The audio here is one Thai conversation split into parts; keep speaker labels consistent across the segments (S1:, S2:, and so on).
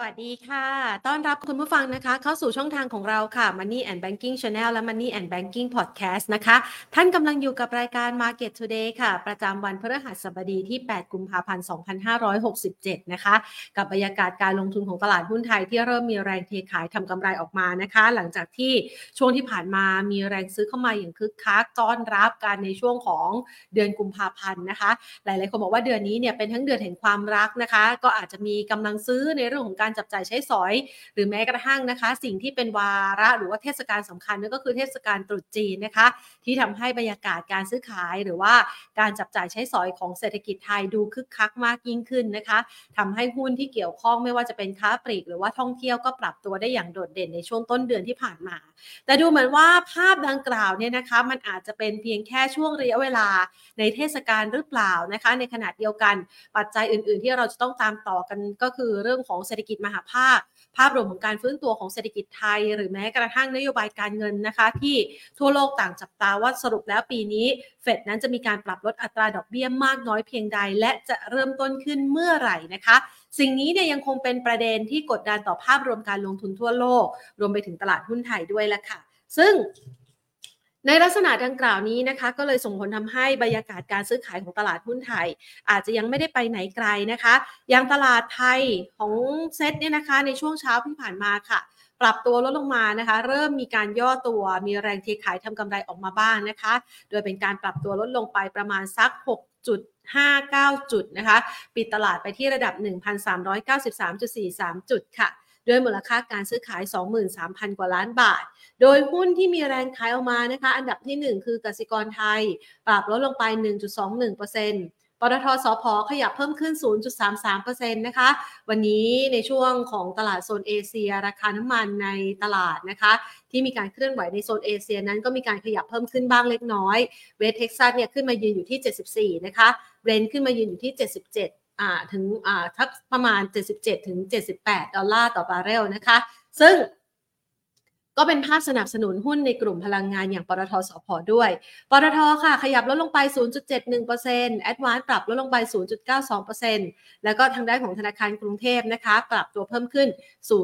S1: วัสดีค่ะต้อนรับคุณผู้ฟังนะคะเข้าสู่ช่องทางของเราค่ะ Money and Banking Channel และ Money and Banking Podcast นะคะท่านกำลังอยู่กับรายการ Market Today ค่ะประจำวันพฤหัสบดีที่8กุมภาพันธ์2567นะคะกับบรรยากาศการลงทุนของตลาดหุ้นไทยที่เริ่มมีแรงเทขายทำกำไรออกมานะคะหลังจากที่ช่วงที่ผ่านมามีแรงซื้อเข้ามาอย่างคึกคักต้อนรับกันในช่วงของเดือนกุมภาพันธ์นะคะหลายๆคนบอกว่าเดือนนี้เนี่ยเป็นทั้งเดือนแห่งความรักนะคะก็อาจจะมีกำลังซื้อในเรื่องของการจับจ่ายใช้สอยหรือแม้กระทั่งนะคะสิ่งที่เป็นวาระหรือว่าเทศกาลสำคัญนั่นก็คือเทศกาลตรุษจีนนะคะที่ทำให้บรรยากาศการซื้อขายหรือว่าการจับจ่ายใช้สอยของเศรษฐกิจไทยดูคึกคักมากยิ่งขึ้นนะคะทำให้หุ้นที่เกี่ยวข้องไม่ว่าจะเป็นค้าปลีกหรือว่าท่องเที่ยวก็ปรับตัวได้อย่างโดดเด่นในช่วงต้นเดือนที่ผ่านมาแต่ดูเหมือนว่าภาพดังกล่าวเนี่ยนะคะมันอาจจะเป็นเพียงแค่ช่วงระยะเวลาในเทศกาลหรือเปล่านะคะในขณะเดียวกันปัจจัยอื่นๆที่เราจะต้องตามต่อกันก็คือเรื่องของเศรษฐกิจมหภาคภาพรวมของการฟื้นตัวของเศรษฐกิจไทยหรือแม้กระทั่งนโยบายการเงินนะคะที่ทั่วโลกต่างจับตาว่าสรุปแล้วปีนี้เฟดนั้นจะมีการปรับลดอัตราดอกเบี้ยมากน้อยเพียงใดและจะเริ่มต้นขึ้นเมื่อไหร่นะคะสิ่งนี้เนี่ยยังคงเป็นประเด็นที่กดดันต่อภาพรวมการลงทุนทั่วโลกรวมไปถึงตลาดหุ้นไทยด้วยละค่ะซึ่งในลักษณะดังกล่าวนี้นะคะก็เลยส่งผลทำให้บรรยากาศการซื้อขายของตลาดหุ้นไทยอาจจะยังไม่ได้ไปไหนไกลนะคะอย่างตลาดไทยของเซ็ตเนี่ยนะคะในช่วงเช้าที่ผ่านมาค่ะปรับตัวลดลงมานะคะเริ่มมีการย่อตัวมีแรงเทขายทำกำไรออกมาบ้างนะคะโดยเป็นการปรับตัวลดลงไปประมาณสัก6.59 จุดนะคะปิดตลาดไปที่ระดับ 1,393.43 จุดค่ะด้วยมูลค่าการซื้อขาย 23,000 กว่าล้านบาทโดยหุ้นที่มีแรงขายออกมานะคะอันดับที่1คือกสิกรไทยปรับลดลงไป 1.21%ปตท.สผ.ขยับเพิ่มขึ้น 0.33% นะคะวันนี้ในช่วงของตลาดโซนเอเชียราคาน้ำมันในตลาดนะคะที่มีการเคลื่อนไหวในโซนเอเชียนั้นก็มีการขยับเพิ่มขึ้นบ้างเล็กน้อยเวสเท็กซัสเนี่ยขึ้นมายืนอยู่ที่74นะคะเบรนท์ขึ้นมายืนอยู่ที่77ถึงทักประมาณ77ถึง78ดอลลาร์ต่อบาร์เรลนะคะซึ่งก็เป็นภาพสนับสนุนหุ้นในกลุ่มพลังงานอย่างปตท.สผ.ด้วยปตท.ค่ะขยับลดลงไป 0.71% Advance ปรับลดลงไป 0.92% แล้วก็ทางด้านของธนาคารกรุงเทพนะคะปรับตัวเพิ่มขึ้น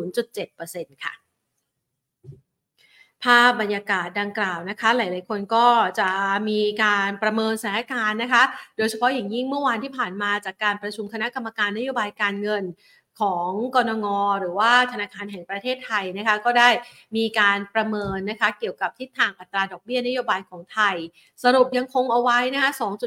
S1: 0.7% ค่ะภาพบรรยากาศดังกล่าวนะคะหลายๆคนก็จะมีการประเมินสถานการณ์นะคะโดยเฉพาะอย่างยิ่งเมื่อวานที่ผ่านมาจากการประชุมคณะกรรมการนโยบายการเงินของกนง.หรือว่าธนาคารแห่งประเทศไทยนะคะก็ได้มีการประเมินนะคะเกี่ยวกับทิศทางอัตราดอกเบี้ยนโยบายของไทยสรุปยังคงเอาไว้นะคะ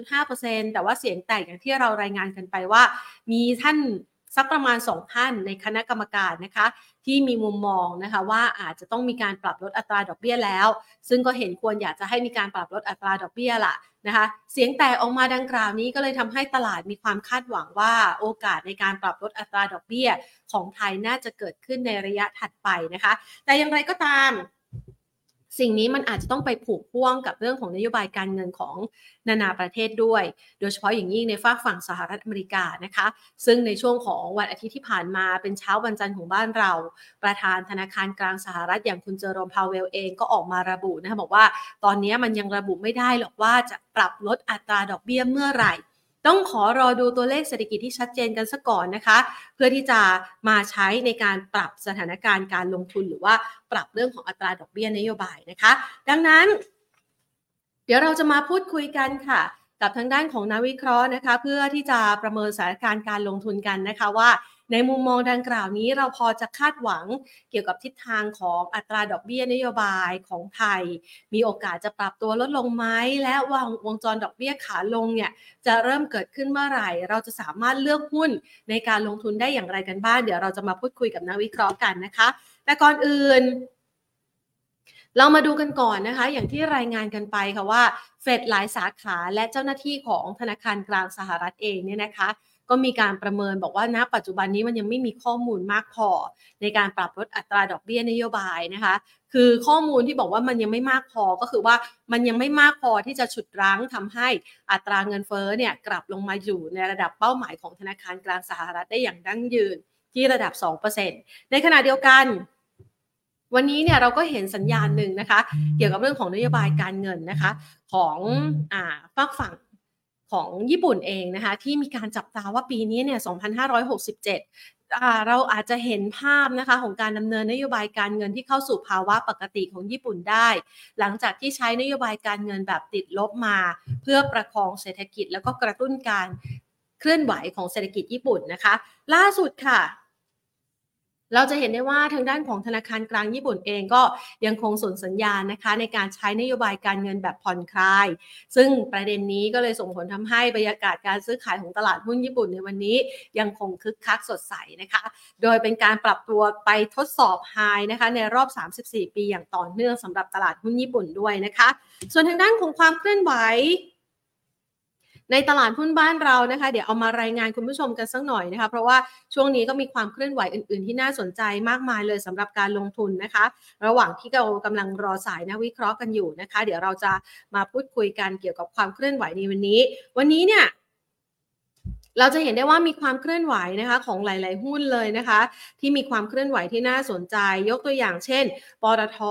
S1: 2.5% แต่ว่าเสียงแตกอย่างที่เรารายงานกันไปว่ามีท่านสักประมาณ2ท่านในคณะกรรมการนะคะที่มีมุมมองนะคะว่าอาจจะต้องมีการปรับลดอัตราดอกเบี้ยแล้วซึ่งก็เห็นควรอยากจะให้มีการปรับลดอัตราดอกเบี้ยล่ะนะคะเสียงแตกออกมาดังกล่าวนี้ก็เลยทำให้ตลาดมีความคาดหวังว่าโอกาสในการปรับลดอัตราดอกเบี้ยของไทยน่าจะเกิดขึ้นในระยะถัดไปนะคะแต่อย่างไรก็ตามสิ่งนี้มันอาจจะต้องไปผูกพ่วงกับเรื่องของนโยบายการเงินของนานาประเทศด้วยโดยเฉพาะอย่างยิ่งในฝั่งสหรัฐอเมริกานะคะซึ่งในช่วงของวันอาทิตย์ที่ผ่านมาเป็นเช้าวันจันทร์ของบ้านเราประธานธนาคารกลางสหรัฐอย่างคุณเจอโรมพาวเวลเองก็ออกมาระบุนะคะบอกว่าตอนนี้มันยังระบุไม่ได้หรอกว่าจะปรับลดอัตราดอกเบี้ยเมื่อไหร่ต้องขอรอดูตัวเลขเศรษฐกิจที่ชัดเจนกันซะก่อนนะคะเพื่อที่จะมาใช้ในการปรับสถานการณ์การลงทุนหรือว่าปรับเรื่องของอัตราดอกเบี้ยนโยบายนะคะดังนั้นเดี๋ยวเราจะมาพูดคุยกันค่ะกับทางด้านของนักวิเคราะห์นะคะเพื่อที่จะประเมินสถานการณ์การลงทุนกันนะคะว่าในมุมมองดังกล่าวนี้เราพอจะคาดหวังเกี่ยวกับทิศทางของอัตราดอกเบี้ยนโยบายของไทยมีโอกาสจะปรับตัวลดลงไหมและวงจรดอกเบี้ยขาลงเนี่ยจะเริ่มเกิดขึ้นเมื่อไหร่เราจะสามารถเลือกหุ้นในการลงทุนได้อย่างไรกันบ้างเดี๋ยวเราจะมาพูดคุยกับนักวิเคราะห์กันนะคะแต่ก่อนอื่นเรามาดูกันก่อนนะคะอย่างที่รายงานกันไปค่ะว่าเฟดหลายสาขาและเจ้าหน้าที่ของธนาคารกลางสหรัฐเองเนี่ยนะคะก็มีการประเมินบอกว่าณปัจจุบันนี้มันยังไม่มีข้อมูลมากพอในการปรับลดอัตราดอกเบี้ยนโยบายนะคะคือข้อมูลที่บอกว่ามันยังไม่มากพอก็คือว่ามันยังไม่มากพอที่จะฉุดรั้งทำให้อัตราเงินเฟ้อเนี่ยกลับลงมาอยู่ในระดับเป้าหมายของธนาคารกลางสหรัฐได้อย่างยั่งยืนที่ระดับ 2% ในขณะเดียวกันวันนี้เนี่ยเราก็เห็นสัญญาณหนึ่งนะคะเกี่ยวกับเรื่องของนโยบายการเงินนะคะของฝั่งของญี่ปุ่นเองนะคะที่มีการจับตาว่าปีนี้เนี่ย2567 เราอาจจะเห็นภาพนะคะของการดำเนินนโยบายการเงินที่เข้าสู่ภาวะปกติของญี่ปุ่นได้หลังจากที่ใช้นโยบายการเงินแบบติดลบมาเพื่อประคองเศรษฐกิจแล้วก็กระตุ้นการเคลื่อนไหวของเศรษฐกิจญี่ปุ่นนะคะล่าสุดค่ะเราจะเห็นได้ว่าทางด้านของธนาคารกลางญี่ปุ่นเองก็ยังคงส่งสัญญาณนะคะในการใช้นโยบายการเงินแบบผ่อนคลายซึ่งประเด็นนี้ก็เลยส่งผลทำให้บรรยากาศการซื้อขายของตลาดหุ้นญี่ปุ่นในวันนี้ยังคงคึกคักสดใสนะคะโดยเป็นการปรับตัวไปทดสอบไฮนะคะในรอบ34ปีอย่างต่อเนื่องสำหรับตลาดหุ้นญี่ปุ่นด้วยนะคะส่วนทางด้านของความเคลื่อนไหวในตลาดหุ้นบ้านเรานะคะเดี๋ยวเอามารายงานคุณผู้ชมกันสักหน่อยนะคะเพราะว่าช่วงนี้ก็มีความเคลื่อนไหวอื่นๆที่น่าสนใจมากมายเลยสำหรับการลงทุนนะคะระหว่างที่เรากำลังรอสายนักวิเคราะห์กันอยู่นะคะเดี๋ยวเราจะมาพูดคุยกันเกี่ยวกับความเคลื่อนไหวในวันนี้เนี่ยเราจะเห็นได้ว่ามีความเคลื่อนไหวนะคะของหลายๆหุ้นเลยนะคะที่มีความเคลื่อนไหวที่น่าสนใจยกตัวอย่างเช่นปตท.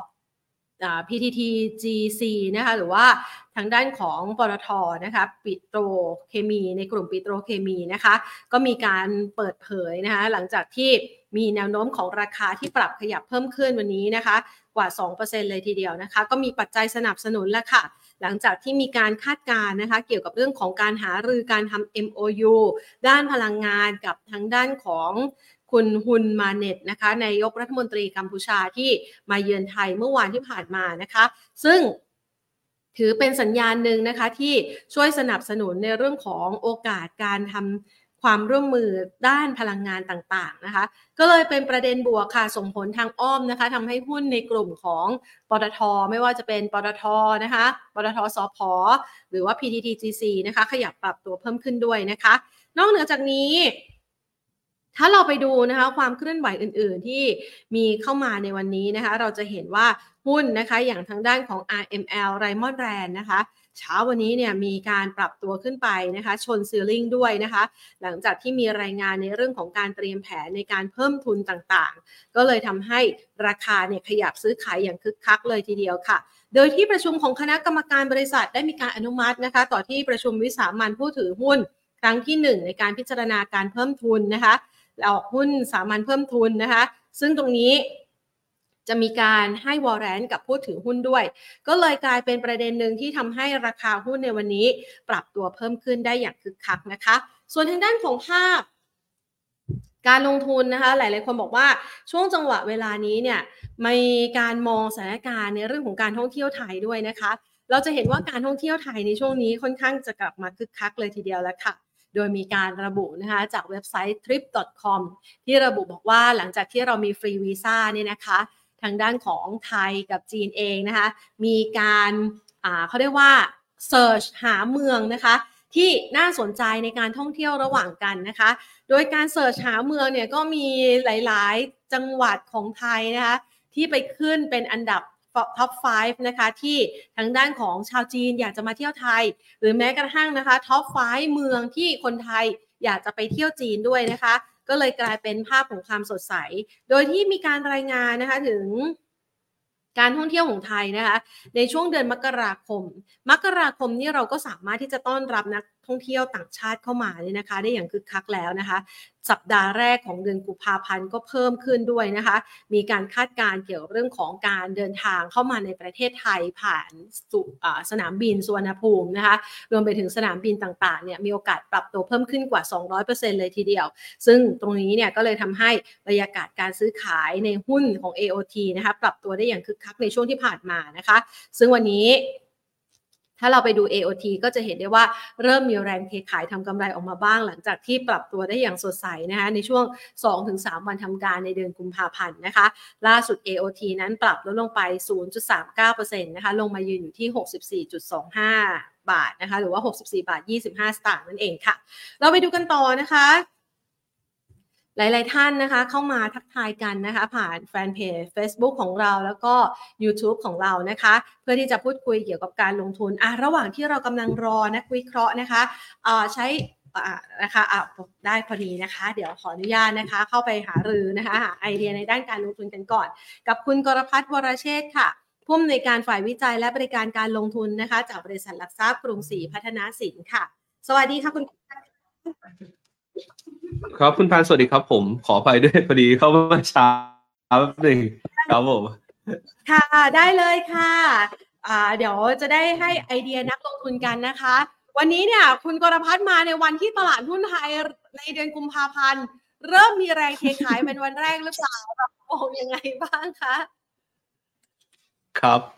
S1: PTTGC นะคะหรือว่าทางด้านของปตท.นะคะปิโตรเคมีในกลุ่มปิโตรเคมีนะคะก็มีการเปิดเผยนะคะหลังจากที่มีแนวโน้มของราคาที่ปรับขยับเพิ่มขึ้นวันนี้นะคะกว่า 2% เลยทีเดียวนะคะก็มีปัจจัยสนับสนุนแล้วค่ะหลังจากที่มีการคาดการณ์นะคะเกี่ยวกับเรื่องของการหารือการทำ MOU ด้านพลังงานกับทางด้านของคุณฮุนมาเน็ตนะคะนายกรัฐมนตรีกัมพูชาที่มาเยือนไทยเมื่อวานที่ผ่านมานะคะซึ่งถือเป็นสัญญาณหนึ่งนะคะที่ช่วยสนับสนุนในเรื่องของโอกาสการทำความร่วมมือด้านพลังงานต่างๆนะคะก็เลยเป็นประเด็นบวกค่ะส่งผลทางอ้อมนะคะทำให้หุ้นในกลุ่มของปตทไม่ว่าจะเป็นปตทนะคะปตทสผหรือว่า PTTGC นะคะขยับปรับตัวเพิ่มขึ้นด้วยนะคะนอกเหนือจากนี้ถ้าเราไปดูนะคะความเคลื่อนไหวอื่นๆที่มีเข้ามาในวันนี้นะคะเราจะเห็นว่าหุ้นนะคะอย่างทางด้านของ RML Raymond Rand นะคะเช้าวันนี้เนี่ยมีการปรับตัวขึ้นไปนะคะชนซีลิ่งด้วยนะคะหลังจากที่มีรายงานในเรื่องของการเตรียมแผนในการเพิ่มทุนต่างๆก็เลยทำให้ราคาเนี่ยขยับซื้อขายอย่างคึกคักเลยทีเดียวค่ะโดยที่ประชุมของคณะกรรมการบริษัทได้มีการอนุมัตินะคะต่อที่ประชุมวิสามัญผู้ถือหุ้นครั้งที่1ในการพิจารณาการเพิ่มทุนนะคะออกหุ้นสามัญเพิ่มทุนนะคะซึ่งตรงนี้จะมีการให้วอร์เรนต์กับผู้ถือหุ้นด้วยก็เลยกลายเป็นประเด็นหนึ่งที่ทำให้ราคาหุ้นในวันนี้ปรับตัวเพิ่มขึ้นได้อย่างคึกคักนะคะส่วนทางด้านของภาพการลงทุนนะคะหลายๆคนบอกว่าช่วงจังหวะเวลานี้เนี่ยมีการมองสถานการณ์ในเรื่องของการท่องเที่ยวไทยด้วยนะคะเราจะเห็นว่าการท่องเที่ยวไทยในช่วงนี้ค่อนข้างจะกลับมาคึกคักเลยทีเดียวแล้วค่ะโดยมีการระบุนะคะจากเว็บไซต์ trip.com ที่ระบุบอกว่าหลังจากที่เรามีฟรีวีซ่าเนี่ยนะคะทางด้านของไทยกับจีนเองนะคะมีการเขาเรียกว่าเซิร์ชหาเมืองนะคะที่น่าสนใจในการท่องเที่ยวระหว่างกันนะคะโดยการเสิร์ชหาเมืองเนี่ยก็มีหลายๆจังหวัดของไทยนะคะที่ไปขึ้นเป็นอันดับท็อป5นะคะที่ทางด้านของชาวจีนอยากจะมาเที่ยวไทยหรือแม้กระทั่งนะคะท็อป5เมืองที่คนไทยอยากจะไปเที่ยวจีนด้วยนะคะก็เลยกลายเป็นภาพของความสดใสโดยที่มีการรายงานนะคะถึงการท่องเที่ยวของไทยนะคะในช่วงเดือนมกราคมนี่เราก็สามารถที่จะต้อนรับนักท่องเที่ยวต่างชาติเข้ามาเนี่ยนะคะได้อย่างคึกคักแล้วนะคะสัปดาห์แรกของเดือนกุมภาพันธ์ก็เพิ่มขึ้นด้วยนะคะมีการคาดการณ์เกี่ยวเรื่องของการเดินทางเข้ามาในประเทศไทยผ่านสนามบินสุวรรณภูมินะคะรวมไปถึงสนามบินต่างๆเนี่ยมีโอกาสปรับตัวเพิ่มขึ้นกว่า 200% เลยทีเดียวซึ่งตรงนี้เนี่ยก็เลยทำให้บรรยากาศการซื้อขายในหุ้นของ AOT นะคะปรับตัวได้อย่างคึกคักในช่วงที่ผ่านมานะคะซึ่งวันนี้ถ้าเราไปดู AOT ก็จะเห็นได้ว่าเริ่มมีแรงเทขายทำกำไรออกมาบ้างหลังจากที่ปรับตัวได้อย่างสดใสนะคะในช่วง 2-3 วันทำการในเดือนกุมภาพันธ์นะคะล่าสุด AOT นั้นปรับลดลงไป 0.39% นะคะลงมายืนอยู่ที่ 64.25 บาทนะคะหรือว่า 64 บาท 25 สตางค์นั่นเองค่ะเราไปดูกันต่อนะคะหลายๆท่านนะคะเข้ามาทักทายกันนะคะผ่านแฟนเพจ Facebook ของเราแล้วก็ YouTube ของเรานะคะเพื่อที่จะพูดคุยเกี่ยวกับการลงทุนระหว่างที่เรากำลังรอนักวิเคราะห์นะคะใช้นะคะได้พอดีนะคะเดี๋ยวขออนุญาตนะคะเข้าไปหารือนะคะหาไอเดียในด้านการลงทุนกันก่อนกับคุณกรพัฒน์วรเชษฐ์ค่ะผู้อำนวยการฝ่ายวิจัยและบริการการลงทุนนะคะจากบริษัทหลักทรัพย์กรุงศรีพัฒนาสินค่ะสวัสดีค่ะคุณ
S2: ครับคุณพานสวัสดีครับผมขออภัยด้วยพอดีเข้ามาช้าแป๊บนึงครับผม
S1: ค่ะได้เลยค่ะเดี๋ยวจะได้ให้ไอเดียนักลงทุนกันนะคะวันนี้เนี่ยคุณกรพัฒน์มาในวันที่ตลาดหุ้นไทยในเดือนกุมภาพันธ์เริ่มมีแรงเทขายเป็นวันแรกหรือเปล่าโอ้ยังไงบ้างคะ
S2: ครับ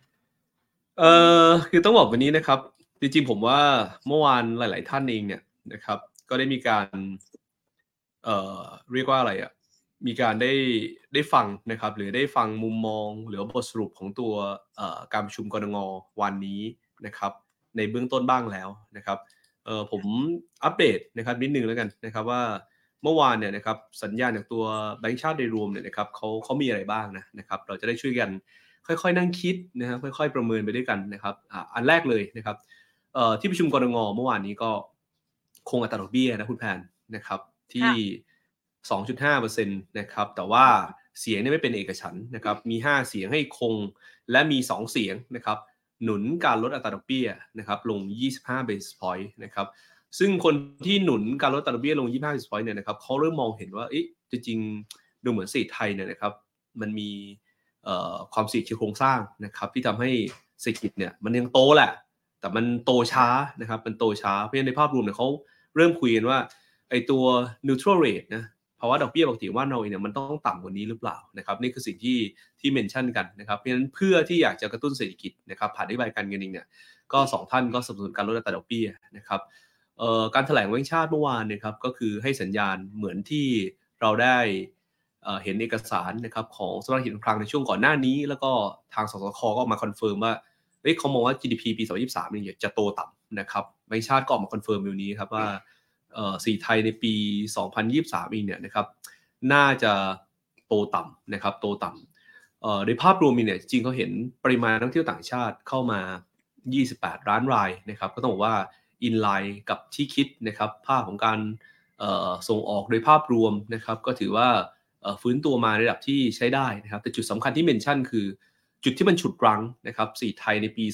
S2: คือต้องบอกวันนี้นะครับจริงๆผมว่าเมื่อวานหลายๆท่านเองเนี่ยนะครับก็ได้มีการเรียกว่าอะไรอ่ะมีการได้ฟังนะครับหรือได้ฟังมุมมองหรือบทสรุปของตัวการประชุมกนงวันนี้นะครับในเบื้องต้นบ้างแล้วนะครับผมอัปเดตนะครับนิดนึงแล้วกันนะครับว่าเมื่อวานเนี่ยนะครับสัญญาณจากตัวแบงก์ชาติโดยรวมเนี่ยนะครับเขามีอะไรบ้างนะครับเราจะได้ช่วยกันค่อยๆนั่งคิดนะครับค่อยๆประเมินไปด้วยกันนะครับอันแรกเลยนะครับที่ประชุมกนงเมื่อวานนี้ก็คงอัตราดอกเบี้ยนะคุณแพนนะครับที่ 2.5% นะครับแต่ว่าเสียงเนี่ยไม่เป็นเอกฉันท์นะครับมี5เสียงให้คงและมี2เสียงนะครับหนุนการลดอัตราดอกเบี้ยนะครับลง25 basis point นะครับซึ่งคนที่หนุนการลดอัตราดอกเบี้ยลง25 basis point เนี่ยนะครับเขาเริ่มมองเห็นว่าจริงๆดูเหมือนเศรษฐกิจไทยเนี่ยนะครับมันมีความเสี่ยงเชิงโครงสร้างนะครับที่ทำให้เศรษฐกิจเนี่ยมันยังโตแหละแต่มันโตช้านะครับมันโตช้าเพราะฉะนั้นในภาพรวมเนี่ยเขาเริ่มคุยกันว่าไอ้ตัว neutral rate นะภาวะดอกเบี้ยปกติว่าเราเนี่ยมันต้องต่ำกว่านี้หรือเปล่านะครับนี่คือสิ่งที่เมนชั่นกันนะครับเพราะฉะนั้นเพื่อที่อยากจะกระตุ้นเศรษฐกิจนะครับผ่านนโยบายการเงินเองเนี่ยก็2ท่านก็สนับสนุนการลดอัตราดอกเบี้ยนะครับการแถลงแบงก์ชาติเมื่อวานนะครับก็คือให้สัญญาณเหมือนที่เราได้เห็นเอกสารนะครับของสำนักงานคลังในช่วงก่อนหน้านี้แล้วก็ทางสสคก็ออกมาคอนเฟิร์มว่าเขามองว่า GDP ปี2023เนี่ยจะโตต่ำนะครับแบงก์ชาติก็ออกมาคอนเฟิร์มอยู่นี้ครับว่าสีไทยในปี2023เองเนี่ยนะครับน่าจะโตต่ำนะครับโตต่ำโดยภาพรวมเนี่ยจริงเขาเห็นปริมาณนักท่องเที่ยวต่างชาติเข้ามา28ล้านรายนะครับก็ต้องบอกว่าอินไลน์กับที่คิดนะครับภาพของการส่งออกโดยภาพรวมนะครับก็ถือว่าฟื้นตัวมาในระดับที่ใช้ได้นะครับแต่จุดสำคัญที่เมนชั่นคือจุดที่มันฉุดรั้งนะครับสีไทยในปี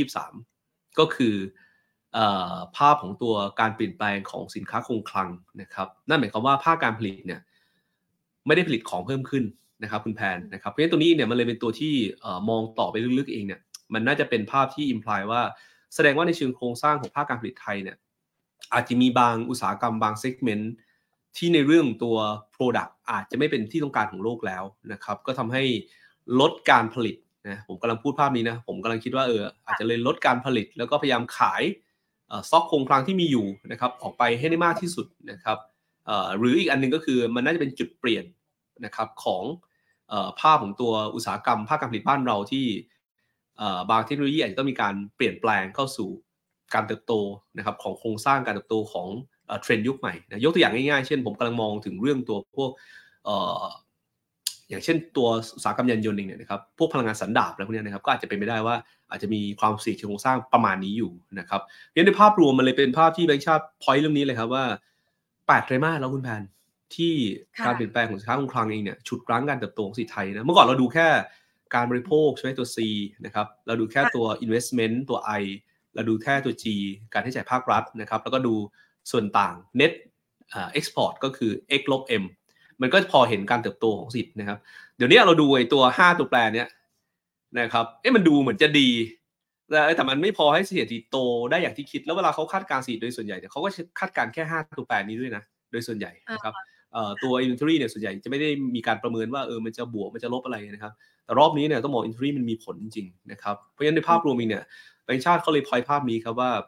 S2: 2023ก็คือภาพของตัวการเปลี่ยนแปลงของสินค้าคงคลังนะครับนั่นหมายความว่าภาคการผลิตเนี่ยไม่ได้ผลิตของเพิ่มขึ้นนะครับคุณแพนนะครับเพราะฉะนั้นตัวนี้เนี่ยมันเลยเป็นตัวที่มองต่อไปลึกๆเองเนี่ยมันน่าจะเป็นภาพที่อิมพลายว่าแสดงว่าในเชิงโครงสร้างของภาคการผลิตไทยเนี่ยอาจจะมีบางอุตสาหกรรมบางเซกเมนต์ที่ในเรื่องตัว Product อาจจะไม่เป็นที่ต้องการของโลกแล้วนะครับก็ทำให้ลดการผลิตนะผมกำลังพูดภาพนี้นะผมกำลังคิดว่าอาจจะเลยลดการผลิตแล้วก็พยายามขายสต็อกคงคลังที่มีอยู่นะครับออกไปให้ได้มากที่สุดนะครับหรืออีกอันนึงก็คือมันน่าจะเป็นจุดเปลี่ยนนะครับของภาพของตัวอุตสาหกรรมภาคการผลิตบ้านเราที่บางเทคโนโลยีอาจจะต้องมีการเปลี่ยนแปลงเข้าสู่การเติบโตนะครับของโครงสร้างการเติบโตของเทรนด์ยุคใหม่นะยกตัวอย่างง่ายๆเช่นผมกำลังมองถึงเรื่องตัวพวกอย่างเช่นตัวอุตสาหกรรมยานยนต์เองเนี่ยนะครับพวกพลังงานสันดาปอะไรพวกนี้นะครับก็อาจจะเป็นไปได้ว่าอาจจะมีความเสี่ยงเชิงโครงสร้างประมาณนี้อยู่นะครับเพราะฉะนั้นในภาพรวมมันเลยเป็นภาพที่แบงก์ชาติพอยต์เรื่องนี้เลยครับว่า8ไตรมาสแล้วคุณแพนที่การเปลี่ยนแปลงของสินค้าคงคลังเองเนี่ยฉุดรั้งการเติบโตของเศรษฐกิจไทยนะเมื่อก่อนเราดูแค่การบริโภคใช่ไหมตัว C นะครับเราดูแค่ตัว investment ตัว I เราดูแค่ตัว G การใช้จ่ายภาครัฐนะครับแล้วก็ดูส่วนต่าง net export ก็คือ x ลบ m มันก็พอเห็นการเติบโตของเศรษฐกิจนะครับเดี๋ยวนี้เราดูไอ้ตัว5ตัวแปรเนี้ยนะครับมันดูเหมือนจะดีแต่มันไม่พอให้เศรษฐกิจโตได้อย่างที่คิดแล้วเวลาเขาคาดการณ์เศรษฐกิจโดยส่วนใหญ่เนี่ยเขาก็คาดการณ์แค่5ตัวแปรนี้ด้วยนะโดยส่วนใหญ่นะครับตัว inventory เนี่ยส่วนใหญ่จะไม่ได้มีการประเมินว่ามันจะบวกมันจะลบอะไรนะครับแต่รอบนี้เนี่ยต้องบอก inventory มันมีผลจริงๆนะครับเพราะฉะนั้นในภาพรวมเองเนี่ยแบงก์ชาติเขาเลยพอยภาพนี้ครับว่า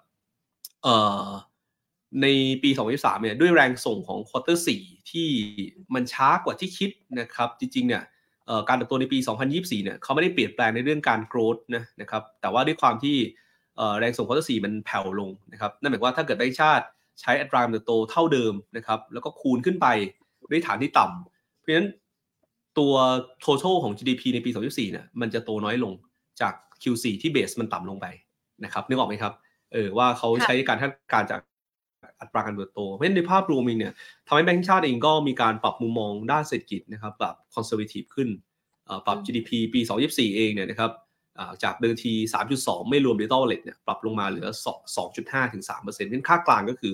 S2: ในปี2023เนี่ยด้วยแรงส่งของควอเตอร์4ที่มันช้ากว่าที่คิดนะครับจริงๆเนี่ยการเติบโตในปี2024เนี่ยเขาไม่ได้เปลี่ยนแปลงในเรื่องการ growth นะครับแต่ว่าด้วยความที่แรงส่งควอเตอร์4มันแผ่วลงนะครับนั่นหมายความว่าถ้าเกิดแบงก์ชาติใช้อัตราการเติบโตเท่าเดิมนะครับแล้วก็คูณขึ้นไปด้วยฐานที่ต่ำเพราะฉะนั้นตัว total ของ GDP ในปี2024เนี่ยมันจะโตน้อยลงจาก Q4 ที่เบสมันต่ำลงไปนะครับนึกออกไหมครับว่าเขาใช้การคาดการณ์จากอัตราการเติบโตเพราะฉะนั้นในภาพรวมเองเนี่ยทำให้แบงก์ชาติเองก็มีการปรับมุมมองด้านเศรษฐกิจนะครับปรับ conservative ขึ้นปรับ GDP ปี2024เองเนี่ยนะครับจากเดิมที 3.2 ไม่รวม digital wallet เนี่ยปรับลงมาเหลือ 2.5 ถึง 3% เป็นค่ากลางก็คือ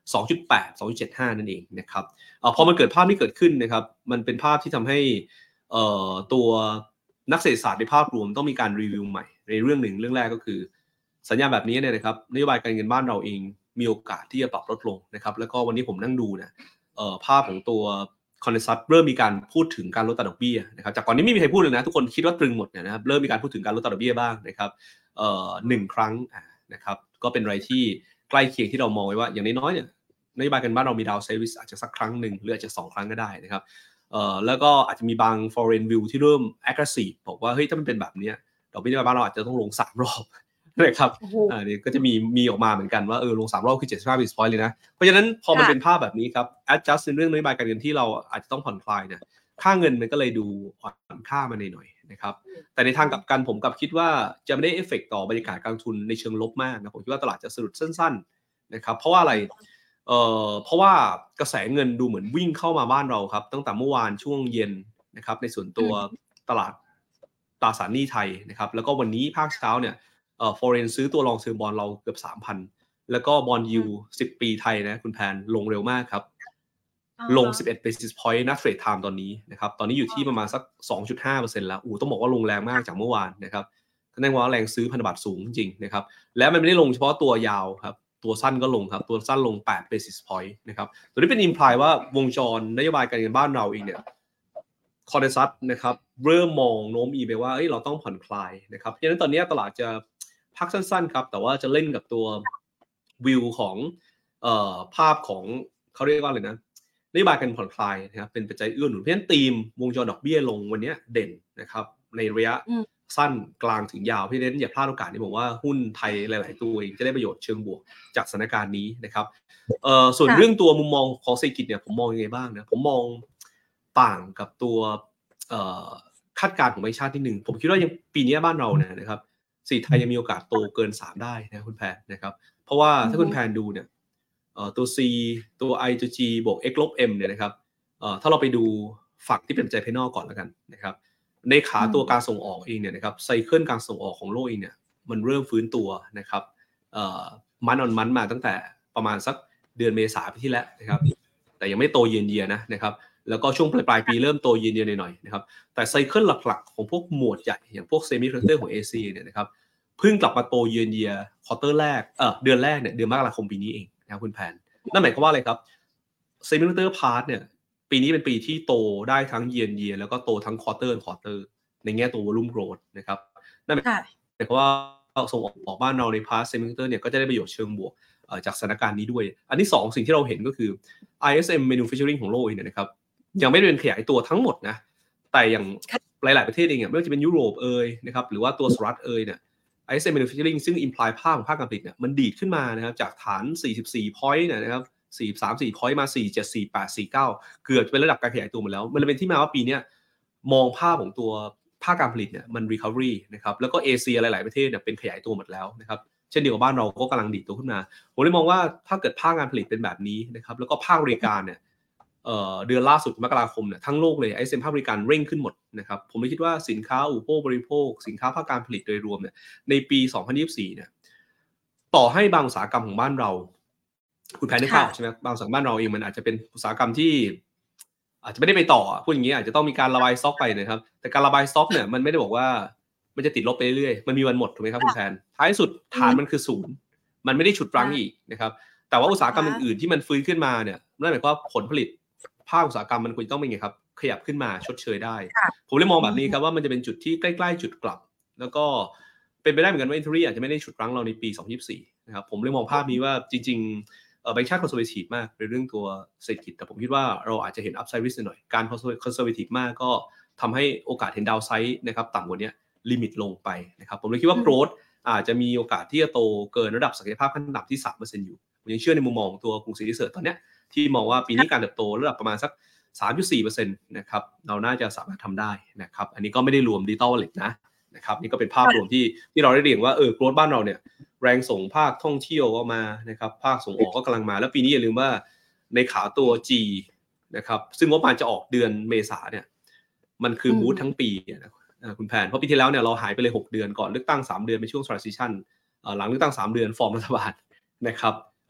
S2: 2.8 2.75 นั่นเองนะครับพอมันเกิดภาพนี้เกิดขึ้นนะครับมันเป็นภาพที่ทำให้ตัวนักเศรษฐศาสตร์ในภาพรวมต้องมีการรีวิวใหม่ในเรื่องหนึ่งเรื่องแรกก็คือสัญญาณแบบนี้เนี่ยนะครับนโยบายการเงินบ้านเราเองมีโอกาสที่จะปรับลดลงนะครับแล้วก็วันนี้ผมนั่งดูเนี่ยภาพของตัวคอนเนซัสเริ่มมีการพูดถึงการลดอัตราดอกเบี้ยนะครับจากก่อนนี้ไม่มีใครพูดเลยนะทุกคนคิดว่าตรึงหมดเนี่ยนะครับเริ่มมีการพูดถึงการลดอัตราดอกเบี้ยบ้างนะครับ1 ครั้งนะครับก็เป็นอะไรที่ใกล้เคียงที่เรามองไว้ว่าอย่างน้อยๆเนี่ยนโยบายการบ้านเรามีดาวไซด์ริสอาจจะสักครั้งหนึ่งหรืออาจจะ2 ครั้งก็ได้นะครับแล้วก็อาจจะมีบาง foreign view ที่เริ่ม aggressive บอกว่าเฮ้ยถ้ามันเป็นแบบนี้ดอกเบี้ยบ้านเราอาจจะต้องลง3 รอบนะครับนี่ก็จะมีออกมาเหมือนกันว่าลง3 รอบคือ75 basis point เลยนะเพราะฉะนั้นพอมันเป็นภาพแบบนี้ครับ adjust ในเรื่องนโยบายการเงินที่เราอาจจะต้องผ่อนคลายเนี่ยค่าเงินมันก็เลยดูอ่อนค่ามาหน่อยๆนะครับแต่ในทางกลับกันผมกลับคิดว่าจะไม่ได้เอฟเฟกต์ต่อบรรยากาศการลงทุนในเชิงลบมากนะผมคิดว่าตลาดจะสะดุดสั้นๆนะครับเพราะว่าอะไรเพราะว่ากระแสเงินดูเหมือนวิ่งเข้ามาบ้านเราครับตั้งแต่เมื่อวานช่วงเย็นนะครับในส่วนตัวตลาดตราสารหนี้ไทยนะครับแล้วก็วันนี้ภาคเช้าเนี่ยforeign ซื้อตัวลองเทอมบอนด์เราเกือบ 3,000 แล้วก็บอนด์ยิลด์10 ปีไทยนะคุณแพนลงเร็วมากครับลง11 basis point นะเทรดไทม์ตอนนี้นะครับตอนนี้อยู่ที่ประมาณสัก 2.5% แล้วต้องบอกว่าลงแรงมากจากเมื่อวานนะครับแสดงว่าแรงซื้อพันธบัตรสูงจริงๆนะครับและมันไม่ได้ลงเฉพาะตัวยาวครับตัวสั้นก็ลงครับตัวสั้นลง8 basis point นะครับตัวนี้เป็น imply ว่าวงจรนโยบายการเงินบ้านเราเองเนี่ยคอนเดซัสนะครับเริ่มมองโน้มอีไปว่าเราต้องผ่อนคลายนะครับเพราะฉะนั้นตอนนี้ตลาดจะพักสั้นๆครับแต่ว่าจะเล่นกับตัววิวของภาพของเขาเรียกว่าอะไรนะนโยบายการผ่อนคลายนะครับเป็นปัจจัยเอื้อหนุนเพราะฉะนั้นธีมวงจรดอกเบี้ยลงวันนี้เด่นนะครับในระยะสั้นกลางถึงยาวเพราะฉะนั้นอย่าพลาดโอกาสนี้ผมว่าหุ้นไทยหลายๆตัวเองจะได้ประโยชน์เชิงบวกจากสถานการณ์นี้นะครับส่วนเรื่องตัวมุมมองของเศรษฐกิจเนี่ยผมมองยังไงบ้างนะผมมองต่างกับตัวคาดการณ์ของแบงก์ชาตินิดนึงผมคิดว่ายังปีนี้บ้านเราเนี่ยนะครับเศรษฐกิจไทยยังมีโอกาสโตเกิน3ได้นะคุณแพนนะครับเพราะว่าถ้าคุณแพนดูเนี่ยตัว C ตัว I ตัว G บวก X ลบ M เนี่ยนะครับถ้าเราไปดูฝั่งที่เป็นปัจจัยภายนอกก่อนแล้วกันนะครับในขาตัวการส่งออกเองเนี่ยนะครับไซเคิลการส่งออกของโลกเองเนี่ยมันเริ่มฟื้นตัวนะครับมันออนมันมาตั้งแต่ประมาณสักเดือนเมษายนปีที่แล้วนะครับแต่ยังไม่โตเยียร์นะครับแล้วก็ช่วงปลายปีเริ่มโตเยียร์หน่อยๆนะครับแต่ไซเคิลหลักๆของพวกหมวดใหญ่อย่างพวกเซมิคอนดักเตอร์ของ AC เนี่ยนะครับเพิ่งกลับมาโตเยียร์ควอเตอร์แรกเดือนแรกเนี่ยเดือนมกราคมปีนี้เองนะครับคุณแพนนั่นหมายความว่าอะไรครับเซมิคอนดักเตอร์พาร์ทเนี่ยปีนี้เป็นปีที่โตได้ทั้งเยียร์แล้วก็โตทั้งควอเตอร์ในแง่ตัว volume growth นะครับนั่นหมายความว่าส่งออกบ้านเราในพาร์ทเซมิคอนดักเตอร์เนี่ยก็จะได้ประโยชน์เชิงบวกจากสถานการณ์นี้ด้วยอันที่2สิ่งที่เราเห็นก็คือ ISM Manufacturing ของโลกเนี่ยนะครับยังไม่ได้เป็นขยายตัวทั้งหมดนะแต่อย่างหลายๆประเทศเองไม่ว่าจะเป็นยุโรปนะครับหรือว่าตัวสหรัฐเนี่ย ISM Manufacturing ซึ่ง imply ภาพของภาคการผลิตเนี่ยมันดีดขึ้นมานะครับจากฐาน44 point นะครับ43 point มา47 48 49เกือบเป็นระดับการขยายตัวหมดแล้วมันเลยเป็นที่มาว่าปีนี้มองภาพของตัวภาคการผลิตเนี่ยมัน recovery นะครับแล้วก็เอเชียหลายๆประเทศเนี่ยเป็นขยายตัวหมดแล้วนะครับเช่นเดียวกับบ้านเราก็กำลังดีดตัวขึ้นมาผมเลยมองว่าถ้าเกิดภาคการผลิตเป็นแบบนี้นะครับแล้วก็ภาคบริการเนี่ยเดือนล่าสุดมกราคมเนี่ยทั้งโลกเลยไอเซมภาคบริการเร่งขึ้นหมดนะครับผมเลยคิดว่าสินค้าอุปโภคบริโภคสินค้าภาคการผลิตโดยรวมเนี่ยในปี2024เนี่ยต่อให้บางอุตสาหกรรมของบ้านเราคุณแพนได้ข่าวใช่ไหมบางอุตสาหกรรมบ้านเราเองมันอาจจะเป็นอุตสาหกรรมที่อาจจะไม่ได้ไปต่อพูดอย่างนี้อาจจะต้องมีการระบายสต็อกไปนะครับแต่การระบายสต็อกเนี่ยมันไม่ได้บอกว่ามันจะติดลบไปเรื่อยๆมันมีวันหมดถูกไหมครับคุณแพนท้ายสุดฐานมันคือศูนย์มันไม่ได้ฉุดรั้งอีกนะครับแต่ว่าอุตสาหกรรมอื่นๆที่มันฟื้นขึ้นมาเนี่ยนั่นหมายความว่าผลผลิตภาคอุตสาหกรรมมันควรต้องเป็นไงครับขยับขึ้นมาชดเชยได้ผมเลยมองแบบนี้ครับว่ามันจะเป็นจุดที่ใกล้ๆจุดกลับแล้วก็เป็นไปได้เหมือนกันว่า inventory อาจจะไม่ได้ฉุดรั้งเราในปี2024นะครับผมเลยมองภาพนี้ว่าจริงๆแบงก์ชาติ conservative มากในเรื่องตัวเศรษฐกิจแต่ผมคิดว่าเราอาจจะเห็น upside risk หน่อยการ conservative มากก็ทำให้โอกาสเห็น downside นะครับต่ำกว่านี้ลิมิตลงไปนะครับผมเลยคิดว่า growth อาจจะมีโอกาสที่จะโตเกินระดับศักยภาพขั้นต่ำที่ 3% อยู่ผมยังเชื่อในมุมมองตัวกรุงศรีรีเสิร์ชตอนนี้ที่มองว่าปีนี้การเติบโตระดับประมาณสัก 3.4% นะครับเราน่าจะสามารถทำได้นะครับอันนี้ก็ไม่ได้รวม Digital Wallet นะครับนี่ก็เป็นภาพรวมที่เราได้เรียนว่าgrowth บ้านเราเนี่ยแรงส่งภาคท่องเที่ยวก็มานะครับภาคส่งออกก็กำลังมาแล้วปีนี้อย่าลืมว่าในขาตัว G นะครับซึ่งงบประมาณจะออกเดือนเมษาเนี่ยมันคือบูสต์ทั้งปีนะคุณแพนเพราะปีที่แล้วเนี่ยเราหายไปเลย6 เดือนก่อนเลือกตั้ง3 เดือนเป็นช่วง transition หลังเลือกตั้ง3 เดือนฟอร์มรัฐบาลนะครับ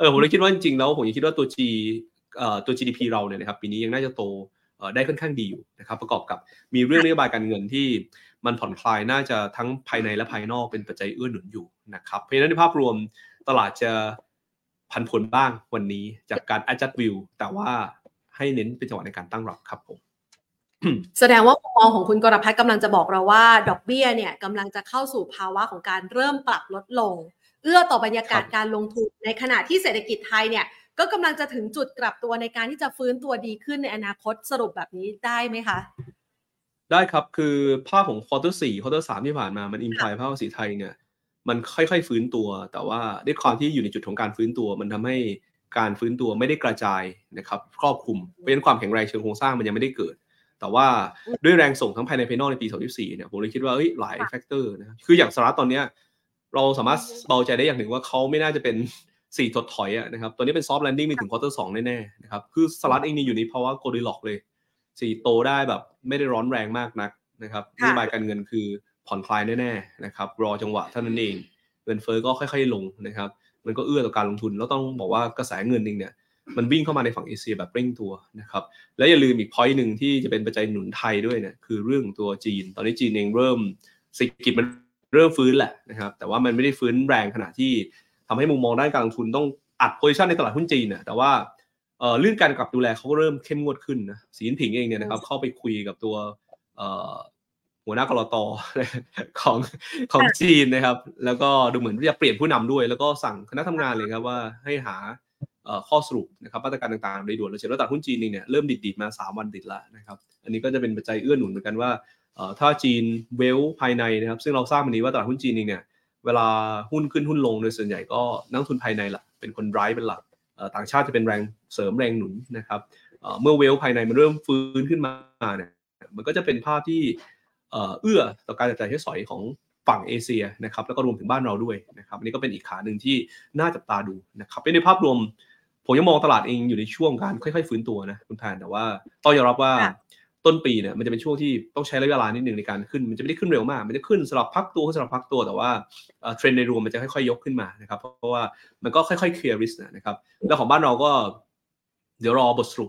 S2: ผมเลยคิดว่าจริงๆแล้วผมยังคิดว่าตัว ตัว GDP เราเนี่ยนะครับปีนี้ยังน่าจะโตได้ค่อนข้างดีอยู่นะครับประกอบกับมีเรื่องนโยบายการเงินที่มันผ่อนคลายน่าจะทั้งภายในและภายนอกเป็นปัจจัยเอื้อหนุนอยู่นะครับเพราะฉะนั้นในภาพรวมตลาดจะผันผวนบ้างวันนี้จากการ adjust view แต่ว่าให้เน้นเป็นจังหวะในการตั้งรับครับผม
S1: แสดงว่ามุมมองของคุณกรพัฒน์กำลังจะบอกเราว่าดอกเบี้ยเนี่ยกำลังจะเข้าสู่ภาวะของการเริ่มปรับลดลงเอื้อต่อบรรยากาศการลงทุนในขณะที่เศรษฐกิจไทยเนี่ยก็กำลังจะถึงจุดกลับตัวในการที่จะฟื้นตัวดีขึ้นในอนาคตสรุปแบบนี้ได้ไหมคะ
S2: ได้ครับคือภาพของ quarter 4 quarter 3ที่ผ่านมามัน imply ภาพว่าสีไทยเนี่ยมันค่อยๆฟื้นตัวแต่ว่าด้วยความที่อยู่ในจุดของการฟื้นตัวมันทำให้การฟื้นตัวไม่ได้กระจายนะครับครอบคลุมเพราะฉะนั้นความแข็งแรงเชิงโครงสร้างมันยังไม่ได้เกิดแต่ว่าด้วยแรงส่งทั้งภายในภายนอกในปี2024เนี่ยผมเลยคิดว่าหลายแฟกเตอร์นะครับคืออย่างสหรัฐตอนเนี้ยเราสามารถเบาใจได้อย่างหนึ่งว่าเขาไม่น่าจะเป็น4ถดถอยนะครับตอนนี้เป็น soft landing ไปถึง quarter 2แน่ๆนะครับคือสหรัฐเองนี่อยู่ในภาวะ Goldilocks เลยโตได้แบบไม่ได้ร้อนแรงมากนักนะครับนโยบายการเงินคือผ่อนคลายแน่ๆนะครับรอจังหวะเท่านั้นเองเงินเฟ้อก็ค่อยๆลงนะครับมันก็เอื้อต่อการลงทุนแล้วต้องบอกว่ากระแสเงินเองเนี่ยมันวิ่งเข้ามาในฝั่งเอเชียแบบเร่งตัวนะครับและอย่าลืมอีก point นึงที่จะเป็นปัจจัยหนุนไทยด้วยเนี่ยคือเรื่องตัวจีนตอนนี้จีนเองเริ่มเศรษฐกิจมันเริ่มฟื้นแหละนะครับแต่ว่ามันไม่ได้ฟื้นแรงขนาดที่ทำให้มุมมองด้านการลงทุนต้องอัดโพซิชันในตลาดหุ้นจีนน่ะแต่ว่าเรื่องการกำกับดูแลเขาก็เริ่มเข้มงวดขึ้นนะสีจิ้นผิงเองเนี่ยนะครับเข้าไปคุยกับตัวหัวหน้ากลตของจีนนะครับแล้วก็ดูเหมือนจะเปลี่ยนผู้นำด้วยแล้วก็สั่งคณะทำงานเลยครับว่าให้หาข้อสรุปนะครับมาตรการต่างๆโดยด่วนเราเห็นว่าตลาดหุ้นจีนเองเนี่ยเริ่มดิดมา3วันติดแล้วนะครับอันนี้ก็จะเป็นปัจจัยเอื้อหนุนเหมือนกันว่าถ้าจีนเวลภายในนะครับซึ่งเราทราบวันนี้ว่าตลาดหุ้นจีนเองเนี่ยเวลาหุ้นขึ้นหุ้นลงโดยส่วนใหญ่ก็นักลงทุนภายในล่ะเป็นคนdriveเป็นหลักต่างชาติจะเป็นแรงเสริมแรงหนุนนะครับเมื่อเวลภายในมันเริ่มฟื้นขึ้นมาเนี่ยมันก็จะเป็นภาพที่เอื้อต่อการจับจ่ายใช้สอยของฝั่งเอเชียนะครับแล้วก็รวมถึงบ้านเราด้วยนะครับอันนี้ก็เป็นอีกขาหนึ่งที่น่าจับตาดูนะครับในภาพรวมผมยังมองตลาดเองอยู่ในช่วงการค่อยๆฟื้นตัวนะคุณแพนแต่ว่าต้องยอมรับว่าต้นปีเนี่ยมันจะเป็นช่วงที่ต้องใช้ระยะเวลานิดนึงในการขึ้นมันจะไม่ได้ขึ้นเร็วมากมันจะขึ้นสลับพักตัวแต่ว่าเทรนด์ในรวมมันจะค่อยๆยกขึ้นมานะครับเพราะว่ามันก็ค่อยๆเคลียร์ริสนะครับแล้วของบ้านเราก็เดี๋ยวรอบทสรุป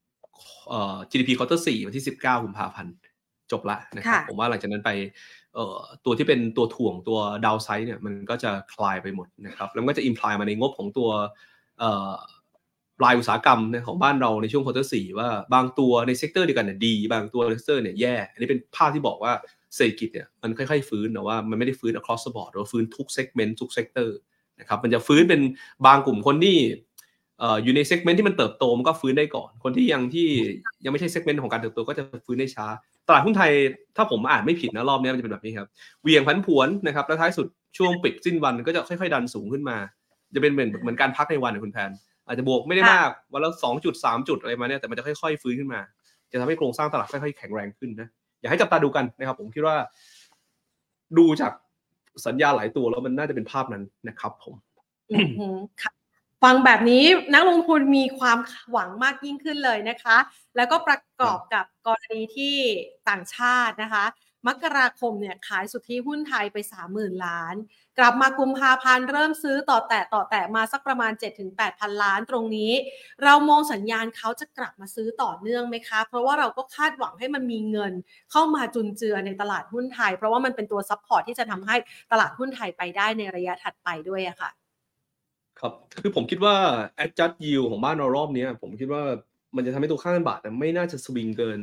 S2: GDP quarter 4วันที่19กุมภาพันธ์จบละนะครับผมว่าหลังจากนั้นไปตัวที่เป็นตัวถ่วงตัวดาวไซด์เนี่ยมันก็จะคลายไปหมดนะครับแล้วก็จะอิมพลายมาในงบของตัวรายอุตสาหกรรมนะของบ้านเราในช่วงควอเตอร์4ว่าบางตัวในเซกเตอร์เดียวกันเนี่ยดีบางตัวในเซกเตอร์เนี่ยแย่อันนี้เป็นภาพที่บอกว่าเศรษฐกิจเนี่ยมันค่อยๆฟื้นแต่ว่ามันไม่ได้ฟื้น across the board หรือฟื้นทุกเซกเมนต์ทุกเซกเตอร์นะครับมันจะฟื้นเป็นบางกลุ่มคนที่อยู่ในเซกเมนต์ที่มันเติบโตมันก็ฟื้นได้ก่อนคนที่ยังไม่ใช่เซกเมนต์ของการเติบโตก็จะฟื้นได้ช้าตลาดหุ้นไทยถ้าผมอ่านไม่ผิดนะรอบนี้มันจะเป็นแบบนี้ครับเวียงผันผวนนะครับแล้วท้ายสุดช่วงปิดสิ้นวันก็จะค่อยๆดันสูงขึ้นมาจะเป็นเหมือนการพักในวันของคุณแพนอาจจะบวกไม่ได้มากวันละ2 จุด 3 จุดอะไรมาเนี่ยแต่มันจะค่อยๆฟื้นขึ้นมาจะทำให้โครงสร้างตลาดค่อยๆแข็งแรงขึ้นนะอยากให้จับตาดูกันนะครับผมคิดว่าดูจากสัญญาหลายตัวแล้วมันน่าจะเป็นภาพนั้นนะครับผม
S1: ฟังแบบนี้นักลงทุนมีความหวังมากยิ่งขึ้นเลยนะคะแล้วก็ประกอบกับกรณีที่ต่างชาตินะคะมกราคมเนี่ยขายสุทธิหุ้นไทยไป 30,000 ล้านกลับมากุมภาพันธ์เริ่มซื้อต่อแตะมาสักประมาณ 7-8,000 ล้านตรงนี้เรามองสัญญาณเขาจะกลับมาซื้อต่อเนื่องไหมคะเพราะว่าเราก็คาดหวังให้มันมีเงินเข้ามาจุนเจือในตลาดหุ้นไทยเพราะว่ามันเป็นตัวซัพพอร์ตที่จะทำให้ตลาดหุ้นไทยไปได้ในระยะถัดไปด้วยอะค่ะ
S2: ครับคือผมคิดว่า adjust yield ของบ้านเรารอบนี้ผมคิดว่ามันจะทำให้ตัวค่าเงินบาทไม่น่าจะสวิงเกิน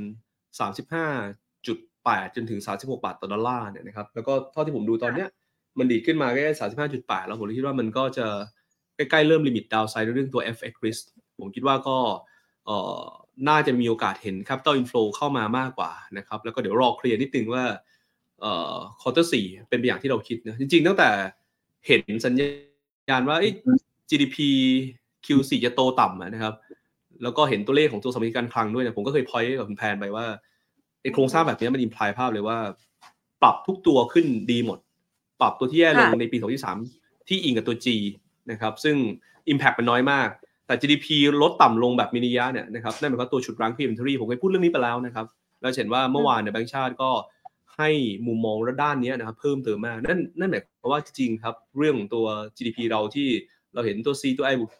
S2: 35.8 จนถึง 36 บาทต่อดอลลาร์เนี่ยนะครับแล้วก็เท่าที่ผมดูตอนเนี้ยมันดีขึ้นมาแค่ 35.8 แล้วผมคิดว่ามันก็จะใกล้ๆเริ่มลิมิตดาวไซด์เรื่องตัว FX risk ผมคิดว่าก็น่าจะมีโอกาสเห็น capital inflow เข้ามามากกว่านะครับแล้วก็เดี๋ยวรอเคลียร์นิดนึงว่าquarter 4เป็นไปอย่างที่เราคิดนะจริงๆตั้งแต่เห็นสัญญาณว่า GDP Q4 จะโตต่ำนะครับแล้วก็เห็นตัวเลขของตัวสมรรถการคลังด้วยเนี่ยผมก็เคยพอยต์กับคุณแพนไปว่าโครงสร้างแบบนี้มันอิมพลายภาพเลยว่าปรับทุกตัวขึ้นดีหมดปรับตัวที่แย่ลงในปี2023ที่อิงกับตัว G นะครับซึ่ง impact มันน้อยมากแต่ GDP ลดต่ำลงแบบมินิยะเนี่ยนะครับนั่นหมายความว่าตัวชุดรั้ง inventory ผมเคยพูดเรื่องนี้ไปแล้วนะครับเราเห็นว่าเมื่อวานเนี่ยแบงก์ชาติก็ให้มุมมองด้านนี้นะครับเพิ่มเติมมากนั่นหมายความว่าจริงๆครับเรื่องของตัว GDP เราที่เราเห็นตัว C ตัว I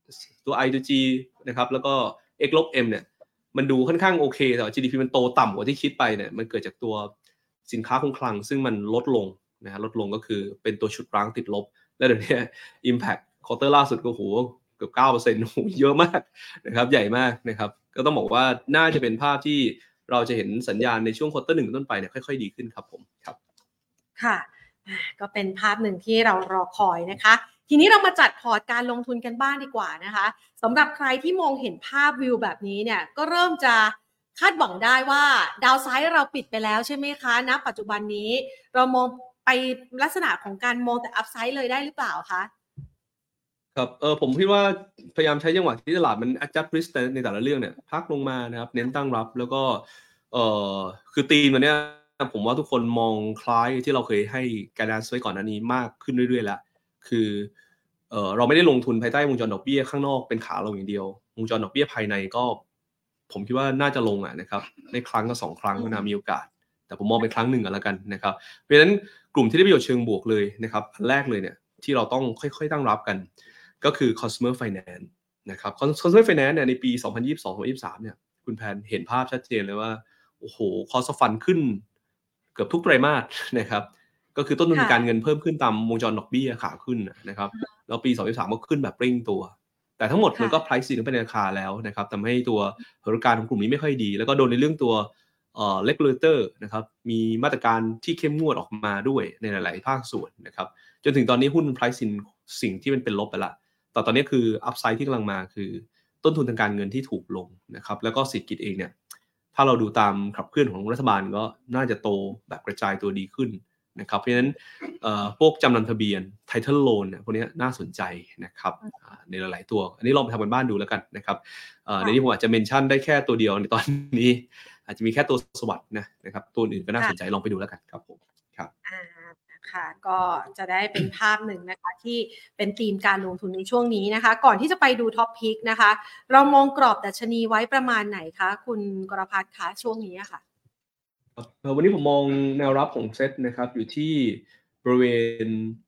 S2: ตัว I ตัว G นะครับแล้วก็ X ลบ M เนี่ยมันดูค่อนข้างโอเคแต่ GDP มันโตต่ำกว่าที่คิดไปเนี่ยมันเกิดจากตัวสินค้าคงคลังซึ่งมันลดลงนะฮะลดลงก็คือเป็นตัวชุดรั้งติดลบแล้วเดี๋ยวนี้ Impact Quarter ล่าสุดก็โหเกือบ 9% โหเยอะมากนะครับใหญ่มากนะครับก็ต้องบอกว่าน่าจะเป็นภาพที่เราจะเห็นสัญญาณในช่วง Quarter 1เป็นต้นไปเนี่ยค่อยๆดีขึ้นครับผมครับ
S1: ค่ะก็เป็นภาพหนึ่งที่เรารอคอยนะคะทีนี้เรามาจัดพอร์ตการลงทุนกันบ้างดีกว่านะคะสำหรับใครที่มองเห็นภาพวิวแบบนี้เนี่ยก็เริ่มจะคาดหวังได้ว่าดาวไซด์เราปิดไปแล้วใช่ไหมคะณปัจจุบันนี้เรามองไปลักษณะของการมองแต่อัพไซด์เลยได้หรือเปล่าคะ
S2: ครับผมคิดว่าพยายามใช้จังหวะที่ตลาดมัน adjust risk ในแต่ละเรื่องเนี่ยพักลงมานะครับเน้นตั้งรับแล้วก็คือธีมวันเนี้ยผมว่าทุกคนมองคล้ายที่เราเคยให้ guidance ไว้ก่อนหน้านี้มากขึ้นเรื่อยๆแล้วคือเราไม่ได้ลงทุนภายใต้วงจรดอกเบี้ยข้างนอกเป็นขาลงอย่างเดียววงจรดอกเบี้ยภายในก็ผมคิดว่าน่าจะลงนะครับในครั้งกับ2ครั้งก็น่ามีโอกาสแต่ผมมองเป็นครั้งหนึ่งกันแล้วกันนะครับเพราะฉะนั้นกลุ่มที่ได้ประโยชน์เชิงบวกเลยนะครับอันแรกเลยเนี่ยที่เราต้องค่อยๆตั้งรับกันก็คือ consumer finance นะครับ consumer finance เนี่ยในปี 2022-2023 เนี่ยคุณแพนเห็นภาพชัดเจนเลยว่าโอ้โห cost of fund ขึ้นเกือบทุกไตรมาสนะครับก็คือต้นทุนการเงินเพิ่มขึ้นตามวงจรดอกเบี้ยขาขึ้นนะครับแล้วปี2023ก็ขึ้นแบบเร่งตัวแต่ทั้งหมดมันก็ price in ไปในราคาแล้วนะครับทำให้ตัวผลประกอบการของกลุ่มนี้ไม่ค่อยดีแล้วก็โดนในเรื่องตัวregulator นะครับมีมาตรการที่เข้มงวดออกมาด้วยในหลายๆภาคส่วนนะครับจนถึงตอนนี้หุ้น price in สิ่งที่มันเป็นลบไปละแต่ตอนนี้คือ upside ที่กำลังมาคือต้นทุนทางการเงินที่ถูกลงนะครับแล้วก็เศรษฐกิจเองเนี่ยถ้าเราดูตามขับเคลื่อนของรัฐบาลก็น่าจะโตแบบกระจายตัวดีขึ้นนะครับเพราะฉะนั้นพวกจำนำทะเบียน title loan เนี่ยพวกนี้น่าสนใจนะครับในหลายๆตัวอันนี้ลองไปทำกันบ้านดูแล้วกันนะครับในนี้ผมอาจจะเมนชั่นได้แค่ตัวเดียวในตอนนี้อาจจะมีแค่ตัวสวัสด์นะครับตัวอื่นก็น่าสนใจลองไปดูแล้วกันครับผมครับ
S1: ค่ะก็จะได้เป็นภาพหนึ่งนะคะที่เป็นธีมการลงทุนในช่วงนี้นะคะก่อนที่จะไปดูท็อปพิกนะคะเรามองกรอบดัชนีไว้ประมาณไหนคะคุณกรพัฒน์คะช่วงนี้ค่ะ
S2: วันนี้ผมมองแนวรับของเซตนะครับอยู่ที่บริเวณ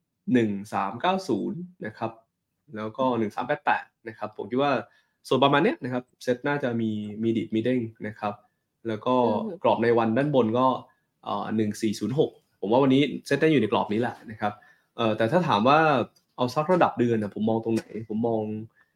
S2: 1390นะครับแล้วก็1388นะครับผมคิดว่าส่วนประมาณเนี้ยนะครับเซตน่าจะมีดิดมีเด้งนะครับแล้วก็กรอบในวันด้านบนก็1406ผมว่าวันนี้เซตได้อยู่ในกรอบนี้แหละนะครับแต่ถ้าถามว่าเอาซักระดับเดือนนะผมมองตรงไหนผมมอง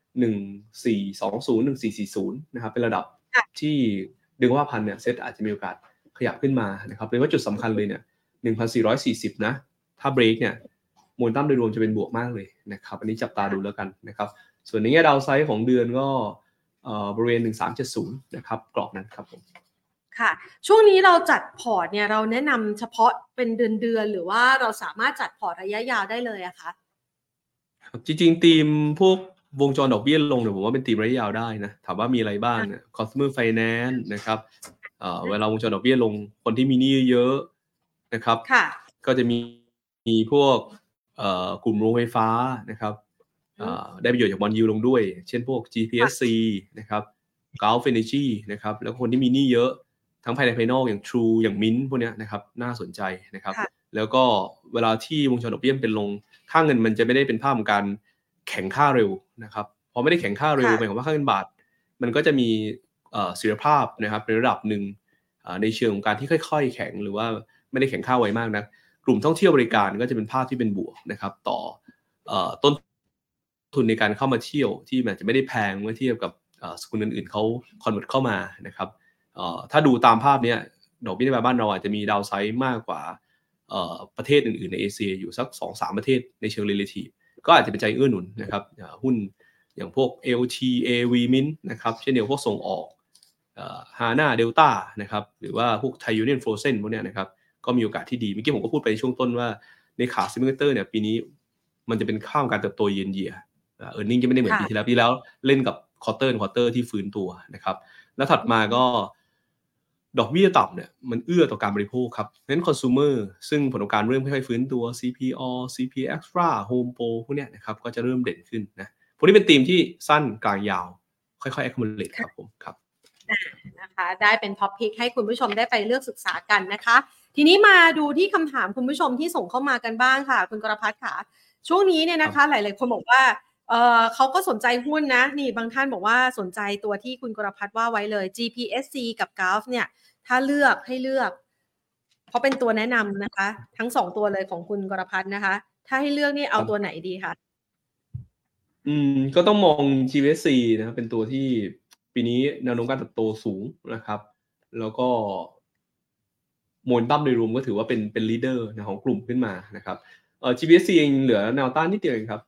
S2: 1420 1440นะครับเป็นระดับที่ดึงว่าพันเนี่ยเซตอาจจะมีโอกาสขยับขึ้นมานะครับเลยว่าจุดสำคัญเลยเนี่ย 1,440 นะถ้าเบรกเนี่ยโมเมนตัมโดยรวมจะเป็นบวกมากเลยนะครับอันนี้จับตาดูแล้วกันนะครับส่วนในแง่ดาวไซด์ของเดือนก็บริเวณ1370นะครับกรอบนั้นครับผม
S1: ค่ะช่วงนี้เราจัดพอร์ตเนี่ยเราแนะนำเฉพาะเป็นเดือนหรือว่าเราสามารถจัดพอร์ตระยะยาวได้เลยอะคะ
S2: จริงๆธีมพวกวงจรดอกเบี้ยลงเนี่ยผมว่าเป็นธีมระยะยาวได้นะถามว่ามีอะไรบ้างเนี่ย consumer finance นะครับเวลาวงจรดอกเบี้ยลงคนที่มีหนี้เยอะนะครับก็จะมีพวกกลุ่มโรงไฟฟ้านะครับได้ประโยชน์จากบอนด์ยิลด์ลงด้วยเช่นพวก GPSC นะครับ Gulf Energy นะครับแล้วคนที่มีหนี้เยอะทั้งภายในภายนอกอย่าง True อย่าง Mint พวกนี้นะครับน่าสนใจนะครับแล้วก็เวลาที่วงจรดอกเบี้ยเป็นลงค่าเงินมันจะไม่ได้เป็นภาพของการแข็งค่าเร็วนะครับพอไม่ได้แข็งค่าเร็วหมายความว่าค่าเงินบาทมันก็จะมีเสถียรภาพนะครับในระดับหนึ่งในเชิงของการที่ค่อยๆแข็งหรือว่าไม่ได้แข็งค่าไวมากนะกลุ่มท่องเที่ยวบริการก็จะเป็นภาพที่เป็นบวกนะครับต่อต้นทุนในการเข้ามาเที่ยวที่อาจจะไม่ได้แพงเมื่อเทียบกับสกุลอื่นๆเขาคอนเวิร์ตเข้ามานะครับถ้าดูตามภาพนี้ดอกเบี้ยในบ้านเราอาจจะมีดาวไซด์มากกว่าประเทศอื่นๆในเอเชียอยู่สัก 2-3 ประเทศในเชิง relative ก็อาจจะเป็นใจเอื้อหนุนนะครับหุ้นอย่างพวก LT AV Mint นะครับเช่นเดียวพวกส่งออกHANA Delta นะครับหรือว่าพวก Thai Union Frozen พวกเนี้ยนะครับก็มีโอกาสที่ดีเมื่อกี้ผมก็พูดไปในช่วงต้นว่าในขา Semiconductor เนี่ยปีนี้มันจะเป็นข้ามการเติบโตเย็นเยียearning จะไม่ได้เหมือนปีที่แล้วเล่นกับควอเตอร์ที่ฟื้นตัวนะครับแล้วถัดมาก็ดอกเบี้ยต่ำเนี่ยมันเอื้อต่อการบริโภคครับงั้น consumer ซึ่งผลประกอบการเริ่มค่อยๆฟื้นตัว CPO CP Extra Home Pro พวกเนี้ยนะครับก็จะเริ่มเด่นขึ้นนะพวกนี้เป็นธีมที่สั้นกลางยาวค่อยๆ accumulate ครับผมครับ
S1: นะคะได้เป็นท็อปพิกให้คุณผู้ชมได้ไปเลือกศึกษากันนะคะทีนี้มาดูที่คำถามคุณผู้ชมที่ส่งเข้ามากันบ้างค่ะคุณกรพัฒน์ค่ะช่วงนี้เนี่ยนะคะหลายๆคนบอกว่าเขาก็สนใจหุ้นนะนี่บางท่านบอกว่าสนใจตัวที่คุณกรพัฒน์ว่าไว้เลย GPSC กับ Gulf เนี่ยถ้าเลือกให้เลือกเพราะเป็นตัวแนะนำนะคะทั้งสองตัวเลยของคุณกรพัฒน์นะคะถ้าให้เลือกนี่เอาตัวไหนดีคะ
S2: ก็ต้องมอง GSC นะครับเป็นตัวที่ปีนี้แนวโน้มการเติบโตสูงนะครับแล้วก็โมเมนตัมโดยรวมก็ถือว่าเป็นลีดเดอร์ของกลุ่มขึ้นมานะครับGPSC เองเหลือแนวต้านนิดเดียวเองครับ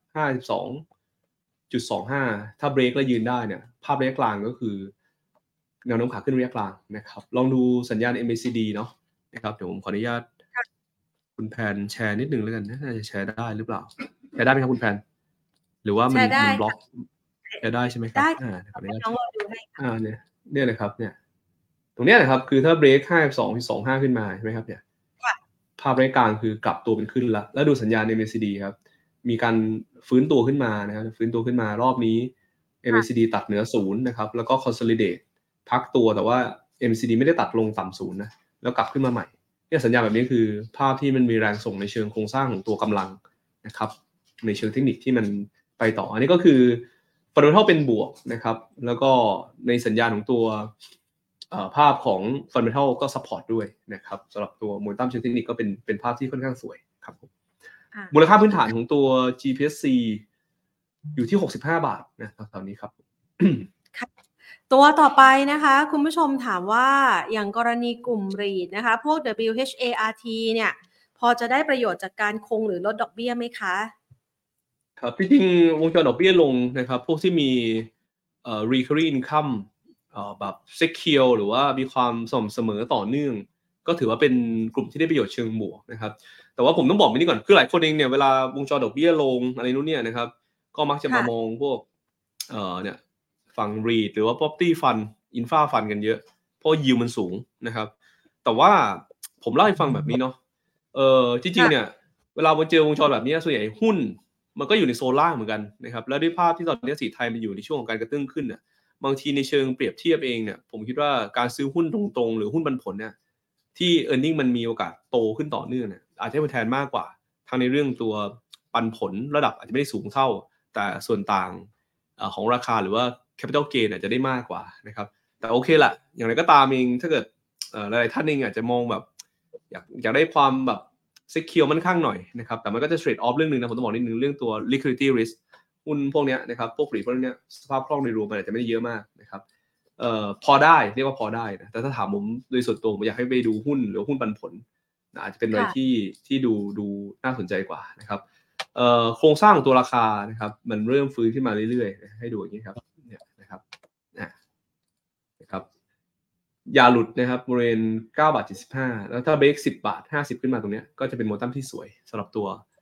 S2: 52.25ถ้าเบรกแล้วยืนได้เนี่ยภาพระยะกลางก็คือแนวโน้มขาขึ้นระยะกลางนะครับลองดูสัญญาณ MACD เนาะนะครับเดี๋ยวผมขออนุญาตคุณแพนแชร์นิดนึงแล้วกันน่าจะแชร์ได้หรือเปล่าแชร์ได้ไหมครับคุณแพนหรือว่ามันบล็อกแชร์ได้ใช่ไหมครับ
S1: ได้
S2: ขออนุญาต
S1: น้องลองดูให้
S2: เนี่ยนะครับเนี่ยตรงเนี้ยนะครับคือถ้าเบรก52.25ขึ้นมาใช่ไหมครับเนี่ยภาพระยะกลางคือกลับตัวเป็นขึ้นแล้วดูสัญญาณ MACD ครับมีการฟื้นตัวขึ้นมานะครับฟื้นตัวขึ้นมารอบนี้ MACD ตัดเหนือศูนย์นะครับแล้วก็ consolidate พักตัวแต่ว่า MACD ไม่ได้ตัดลงต่ำศูนย์นะแล้วกลับขึ้นมาใหม่เนี่ยสัญญาณแบบนี้คือภาพที่มันมีแรงส่งในเชิงโครงสร้างของตัวกำลังนะครับในเชิงเทคนิคที่มันไปต่ออันนี้ก็คือฟันดัมเมนทัลเป็นบวกนะครับแล้วก็ในสัญญาณของตัวภาพของฟันดัมเมนทัลก็ซัพพอร์ตด้วยนะครับสำหรับตัวโมเมนตัมเชิงเทคนิคก็เป็นภาพที่ค่อนข้างสวยครับผมมูลค่าพื้นฐานของตัว GPSC อยู่ที่65 บาทนะตอนนี้ครับ
S1: ตัวต่อไปนะคะคุณผู้ชมถามว่าอย่างกรณีกลุ่มรีดนะคะพวก WHART เนี่ยพอจะได้ประโยชน์จากการคงหรือลดดอกเบี้ยไหมคะ
S2: ครับจริงๆวงจรดอกเบี้ยลงนะครับพวกที่มีrecurring income แบบ secure หรือว่ามีความสม่ำเสมอต่อเนื่องก็ถือว่าเป็นกลุ่มที่ได้ประโยชน์เชิงบวกนะครับแต่ว่าผมต้องบอกแบบนี้ก่อนคือหลายคนเองเนี่ยเวลาวงจรดอกเบี้ยลงอะไรนู้นเนี่ยนะครับก็มักจะมามองพวกเนี่ยฝั่ง REIT หรือว่า property fund infra fund กันเยอะเพราะยิวมันสูงนะครับแต่ว่าผมเล่าให้ฟังแบบนี้เนาะจริงๆเนี่ยเวลาเจอวงจรแบบนี้ส่วนใหญ่หุ้นมันก็อยู่ในโซนล่างเหมือนกันนะครับแล้วด้วยภาพที่ตอนนี้สีไทยมันอยู่ในช่วงของการกระตุ้นขึ้นเนี่ยบางทีในเชิงเปรียบเทียบเองเนี่ยผมคิดว่าการซื้อหุ้นตรงๆหรือหุ้นปันผลเนี่ยที่ earning มันมีโอกาสโตขึ้นต่อเนื่องเนี่ยอาจจะให้ผลแทนมากกว่าทั้งในเรื่องตัวปันผลระดับอาจจะไม่ได้สูงเท่าแต่ส่วนต่างของราคาหรือว่า capital gain อาจจะได้มากกว่านะครับแต่โอเคละอย่างไรก็ตามเองถ้าเกิดหลายๆท่านเองอาจจะมองแบบอยากได้ความแบบsecure มั่นคงหน่อยนะครับแต่มันก็จะ trade off เรื่องนึงนะผมต้องบอกนิดนึงเรื่องตัว liquidity risk หุ้นพวกนี้นะครับพวกรีพวกนี้สภาพคล่องโดยรวมมันอาจจะไม่ได้เยอะมากนะครับพอได้เรียกว่าพอได้นะแต่ถ้าถามผมโดยส่วนตัวผมอยากให้ไปดูหุ้นหรือหุ้นปันผลนะอาจจะเป็นอะไรที่ดูน่าสนใจกว่านะครับโครงสร้างของตัวราคานะครับมันเริ่มฟื้นขึ้นมาเรื่อยๆให้ดูอย่างนี้ครับเนี่ยนะครับนะครับอย่าหลุดนะครับบริเวณ9.75 แล้วถ้าเบรก10.50 ขึ้นมาตรงนี้ก็จะเป็นโมเมนตัมที่สวยสำหรับตัว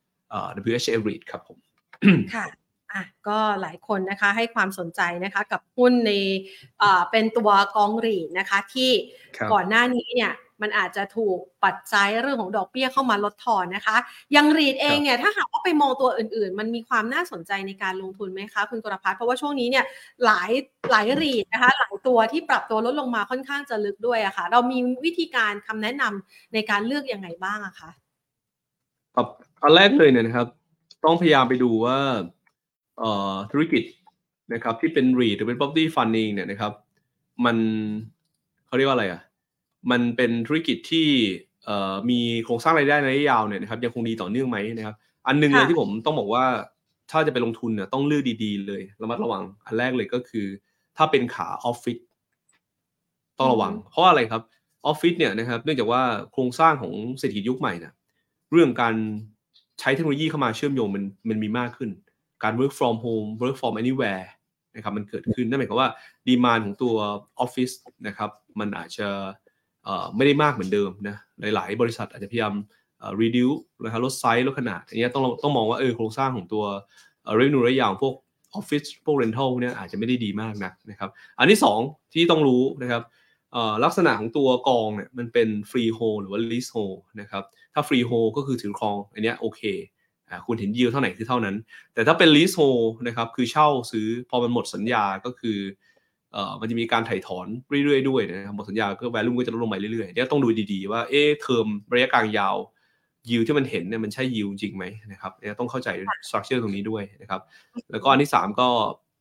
S2: WHA REIT ครับผม
S1: ค่ะก็หลายคนนะคะให้ความสนใจนะคะกับหุ้นในเป็นตัวกองรีดนะคะที่ก่อนหน้านี้เนี่ยมันอาจจะถูกปัจจัยเรื่องของดอกเบี้ยเข้ามาลดทอนนะคะยังรีดเองเนี่ยถ้าหากว่าไปมองตัวอื่นๆมันมีความน่าสนใจในการลงทุนไหมคะคุณกรพัฒน์เพราะว่าช่วงนี้เนี่ยหลายรีดนะคะหลายตัวที่ปรับตัวลดลงมาค่อนข้างจะลึกด้วยอะค่ะเรามีวิธีการคำแนะนำในการเลือกยังไงบ้างอะคะ
S2: ครับอันแรกเลยเนี่ยนะครับต้องพยายามไปดูว่าธุรกิจนะครับที่เป็น REIT หรือเป็น property funding เนี่ยนะครับมันเขาเรียกว่าอะไรมันเป็นธุรกิจที่มีโครงสร้างรายได้ในระยะยาวเนี่ยนะครับยังคงดีต่อเนื่องไหมนะครับอันนึงเลยที่ผมต้องบอกว่าถ้าจะไปลงทุนเนี่ยต้องเลือกดีๆเลยระมัดระวังอันแรกเลยก็คือถ้าเป็นขาออฟฟิศต้องระวังเพราะอะไรครับออฟฟิศเนี่ยนะครับเนื่องจากว่าโครงสร้างของเศรษฐกิจยุคใหม่เนี่ยเรื่องการใช้เทคโนโลยีเข้ามาเชื่อมโยงมันมีมากขึ้นการ work from home work from anywhere นะครับมันเกิดขึ้นนั่นหมายความว่าดีมานด์ของตัวออฟฟิศนะครับมันอาจจะไม่ได้มากเหมือนเดิมนะหลายๆบริษัทอาจจะพยายามreduce นะครับลดไซส์ลดขนาดอย่างเงี้ยต้องมองว่าโครงสร้างของตัวrevenue ระยะยาวพวกออฟฟิศพวก rental พวกนี้อาจจะไม่ได้ดีมากนะครับอันที่2ที่ต้องรู้นะครับลักษณะของตัวกองเนี่ยมันเป็น freehold หรือว่า leasehold นะครับถ้า freehold ก็คือถือครองอันเนี้ยโอเคคุณเห็น yield เท่าไหร่คือเท่านั้นแต่ถ้าเป็น leasehold นะครับคือเช่าซื้อพอมันหมดสัญญาก็คือมันจะมีการถ่ายถอนเรื่อยๆด้วยนะครับหมดสัญญาก็ value ก็จะลดลงไปเรื่อยๆเนี่ยต้องดูดีๆว่าเทอมระยะกลางยาว yield ที่มันเห็นเนี่ยมันใช่ yield จริงไหมนะครับต้องเข้าใจ structure ตรงนี้ด้วยนะครับแล้วก็อันที่3ก็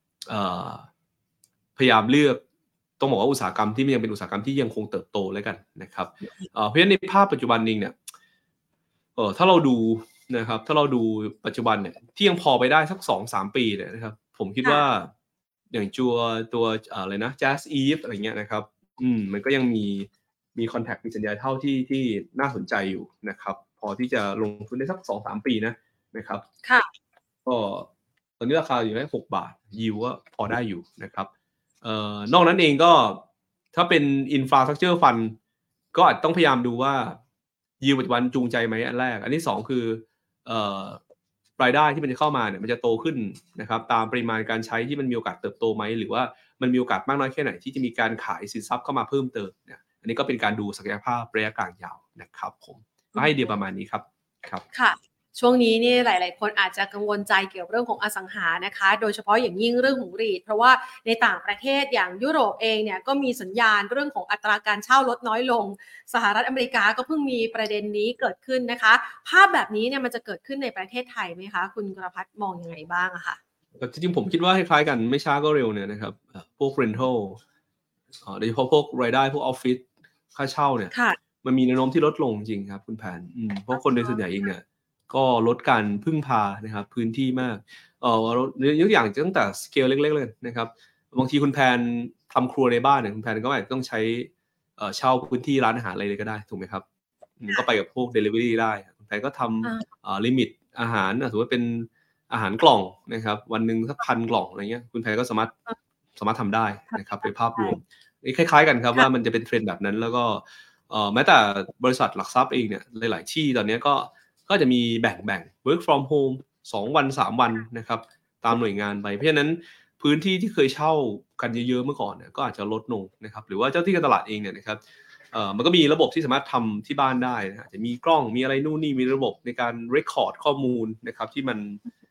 S2: พยายามเลือกต้องบอกว่าอุตสาหกรรมที่มันยังเป็นอุตสาหกรรมที่ยังคงเติบโตแล้วกันนะครับเพราะฉะนั้นในภาพปัจจุบันเองเนี่ยถ้าเราดูนะครับถ้าเราดูปัจจุบันเนี่ยที่ยังพอไปได้สัก 2-3 ปีเนี่ยนะครับผมคิดว่าอย่างตัวอะไรนะ Jazz Eve อะไรเงี้ยนะครับมันก็ยังมีคอนแทคมีสัญญาเช่าที่น่าสนใจอยู่นะครับพอที่จะลงทุนได้สัก 2-3 ปีนะครับ
S1: ค่ะ
S2: ก็ตอนนี้ราคาอยู่ที่6 บาทยิวก็พอได้อยู่นะครับนอกนั้นเองก็ถ้าเป็น Infrastructure Fund ก็อาจต้องพยายามดูว่ายิวปัจจุบันจูงใจไหมอันแรกอันที่2คือรายได้ที่มันจะเข้ามาเนี่ยมันจะโตขึ้นนะครับตามปริมาณการใช้ที่มันมีโอกาสเติบโตไหมหรือว่ามันมีโอกาสมากน้อยแค่ไหนที่จะมีการขายสินทรัพย์เข้ามาเพิ่มเติมเนี่ยอันนี้ก็เป็นการดูศักยภาพระยะกลางยาวนะครับผมก็ให้เดียวประมาณนี้ครับ
S1: ค่ะช่วงนี้นี่หลายๆคนอาจจะกังวลใจเกี่ยวกับเรื่องของอสังหานะคะโดยเฉพาะอย่างยิ่งเรื่องของREITเพราะว่าในต่างประเทศอย่างยุโรปเองเนี่ยก็มีสัญญาณเรื่องของอัตราการเช่าลดน้อยลงสหรัฐอเมริกาก็เพิ่งมีประเด็นนี้เกิดขึ้นนะคะภาพแบบนี้เนี่ยมันจะเกิดขึ้นในประเทศไทยไหมคะคุณกรพัฒน์มองยังไงบ้างอะค่ะ
S2: จริงๆผมคิดว่าคล้ายๆกันไม่ช้าก็เร็วเนี่ยนะครับพวก rental โดยเฉพาะพวกรายได้พวกออฟฟิศค่าเช่าเนี่ยมันมีแนวโน้มที่ลดลงจริงครับคุณแผนเพราะคนโดยส่วนใหญ่เองเนี่ยก็ลดการพึ่งพานะครับพื้นที่มากยกอย่างตั้งแต่สเกลเล็กๆเลยนะครับบางทีคุณแผนทำครัวในบ้านเนี่ยคุณแผนก็อาจจะต้องใช้เช่าพื้นที่ร้านอาหารอะไรเลยก็ได้ถูกไหมครับก็ไปกับพวก delivery ได้คุณแผนก็ทำลิมิตอาหารถือว่าเป็นอาหารกล่องนะครับวันหนึ่งสัก1,000 กล่องอะไรเงี้ยคุณแผนก็สามารถทำได้นะครับในภาพรวมคล้ายๆกันครับว่ามันจะเป็นเทรนด์แบบนั้นแล้วก็แม้แต่บริษัทหลักทรัพย์เองเนี่ยหลายๆที่ตอนนี้ก็จะมีแบ่ง work from home 2 วัน3 วันนะครับตามหน่วยงานไปเพราะฉะนั้นพื้นที่ที่เคยเช่ากันเยอะๆเมื่อก่อนเนี่ยก็อาจจะลดลงนะครับหรือว่าเจ้าที่การตลาดเองเนี่ยนะครับมันก็มีระบบที่สามารถทำที่บ้านได้นะจะมีกล้องมีอะไรนู่นนี่มีระบบในการ record ข้อมูลนะครับที่มัน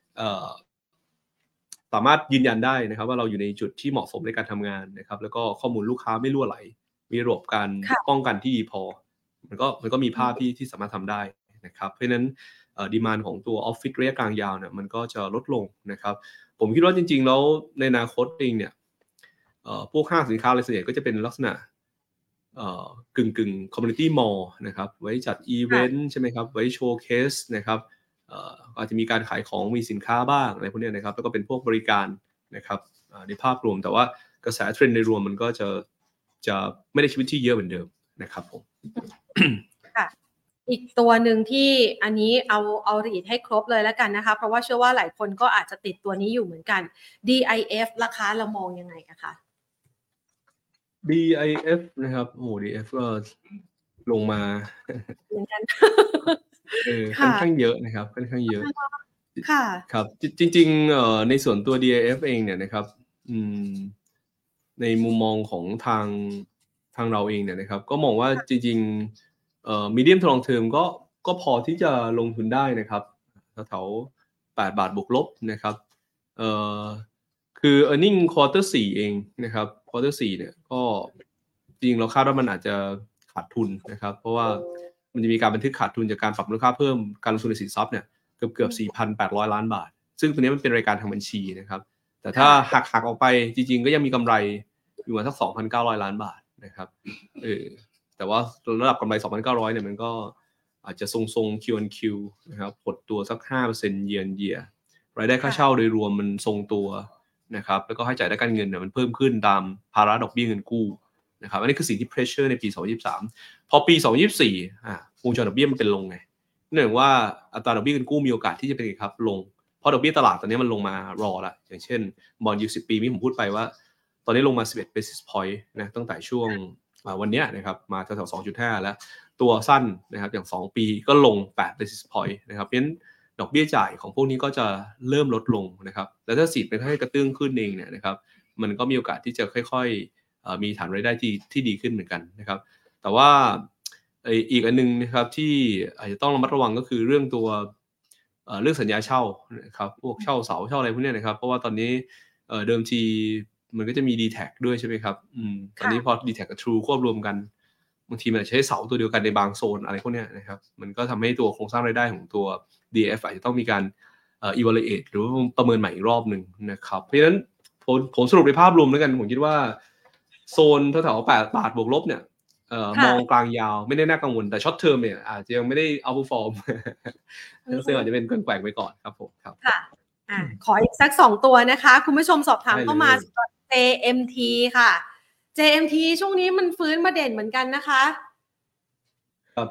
S2: สามารถยืนยันได้นะครับว่าเราอยู่ในจุดที่เหมาะสมในการทำงานนะครับแล้วก็ข้อมูลลูกค้าไม่รั่วไหลมีระบบการป้องกันที่ดีพอมันก็มีภาพที่สามารถทำได้นะครับเพราะฉะนั้นดีมานด์ของตัวออฟฟิศระยะกลางยาวเนี่ยมันก็จะลดลงนะครับผมคิดว่าจริงๆแล้วในอนาคตเองเนี่ยพวกห้างสินค้าอะไรส่วนใหญ่ก็จะเป็นลักษณะกึ่งคอมมูนิตี้มอลล์นะครับไว้จัดอีเวนต์ใช่ไหมครับไว้โชว์เคสนะครับอาจจะมีการขายของมีสินค้าบ้างอะไรพวกนี้นะครับแล้วก็เป็นพวกบริการนะครับในภาพรวมแต่ว่ากระแสเทรนด์ในรวมมันก็จะไม่ได้ชีวิตที่เยอะเหมือนเดิมนะครับผม
S1: ค่ะอีกตัวหนึ่งที่อันนี้เอารีดให้ครบเลยแล้วกันนะคะเพราะว่าเชื่อว่าหลายคนก็อาจจะติดตัวนี้อยู่เหมือนกัน DIF ราคาเรามองยังไงอะคะ
S2: DIF นะครับโอ้ DIF ก็ลงมา
S1: เหมือนกัน
S2: ค่อนข้างเยอะนะครับค่อนข้างเยอะ
S1: ค่ะ
S2: ครับจริงๆในส่วนตัว DIF เองเนี่ยนะครับในมุมมองของทางเราเองเนี่ยนะครับก็มองว่าจริงๆmedium to long term ก็พอที่จะลงทุนได้นะครับแถวๆ8 บาทบวกลบนะครับคือ earning quarter 4เองนะครับ quarter 4เนี่ยก็จริงเราคาดว่ามันอาจจะขาดทุนนะครับเพราะว่ามันจะมีการบันทึกขาดทุนจากการปรับมูลค่าเพิ่มการลงทุนในสินทรัพย์เนี่ยเกือบ 4,800 ล้านบาทซึ่งตัวนี้มันเป็นรายการทางบัญชีนะครับแต่ถ้าหักออกไปจริงๆก็ยังมีกำไรอยู่มาสัก 2,900 ล้านบาทนะครับแต่ว่าระดับกำไร 2,900 เนี่ยมันก็อาจจะทรงๆ Q&Q นะครับหดตัวสัก 5% year on year รายได้ค่าเช่าโดยรวมมันทรงตัวนะครับแล้วก็ให้จ่ายด้านการเงินเนี่ยมันเพิ่มขึ้นตามภาระดอกเบี้ยเงินกู้นะครับอันนี้คือสิ่งที่ pressure ในปี 2023 พอปี 2024วงจรดอกเบี้ยมันเป็นลงไงเนื่องจากว่าอัตราดอกเบี้ยเงินกู้มีโอกาสที่จะเป็นครับลงเพราะดอกเบี้ยตลาดตอนนี้มันลงมารอละอย่างเช่นบอนด์ยิลด์10 ปีที่ผมพูดไปว่าตอนนี้ลงมา11 basis point นะตั้งแต่ช่วงวันนี้นะครับมาแถวๆ 2.5 แล้วตัวสั้นนะครับอย่าง2 ปีก็ลง8 basis point นะครับเพราะฉะนั้นดอกเบี้ยจ่ายของพวกนี้ก็จะเริ่มลดลงนะครับแล้วถ้า10เป็นค่อยๆกระเตื้องขึ้นเองเนี่ยนะครับมันก็มีโอกาสที่จะค่อยๆมีฐานรายได้ที่ดีขึ้นเหมือนกันนะครับแต่ว่าอีกอันนึงนะครับที่อาจจะต้องระมัดระวังก็คือเรื่องตัวเรื่องสัญญาเช่านะครับพวกเช่าเสาเช่าอะไรพวกนี้นะครับเพราะว่าตอนนี้เดิมทีมันก็จะมี D-Tag ด้วยใช่ไหมครับตอนนี้พอ D-Tag กับ True ควบรวมกันบางทีมันอาจจะใช้เสาตัวเดียวกันในบางโซนอะไรพวกเนี้ยนะครับมันก็ทำให้ตัวโครงสร้างรายได้ของตัว DF อาจจะต้องมีการevaluate หรือประเมินใหม่อีกรอบหนึ่งนะครับเพราะฉะนั้นผมสรุปในภาพรวมแล้วกันผมคิดว่าโซนแถวๆ8 บาทบวกลบเนี่ยมองกลางยาวไม่ได้น่ากังวลแต่ช็อตเทอมเนี่ยอาจจะยังไม่ได้เอาท์เพอร์ฟอร์มซึ่งอาจจะเป็นแกว่งไปก่อนครับผมครับ
S1: ค่ะขออีกสัก2ตัวนะคะคุณผู้ชมสอบถามเข้ามา JMT ค่ะ JMT ช่วงนี้มันฟื้นมาเด่นเหมือนกันนะคะ
S2: ครับ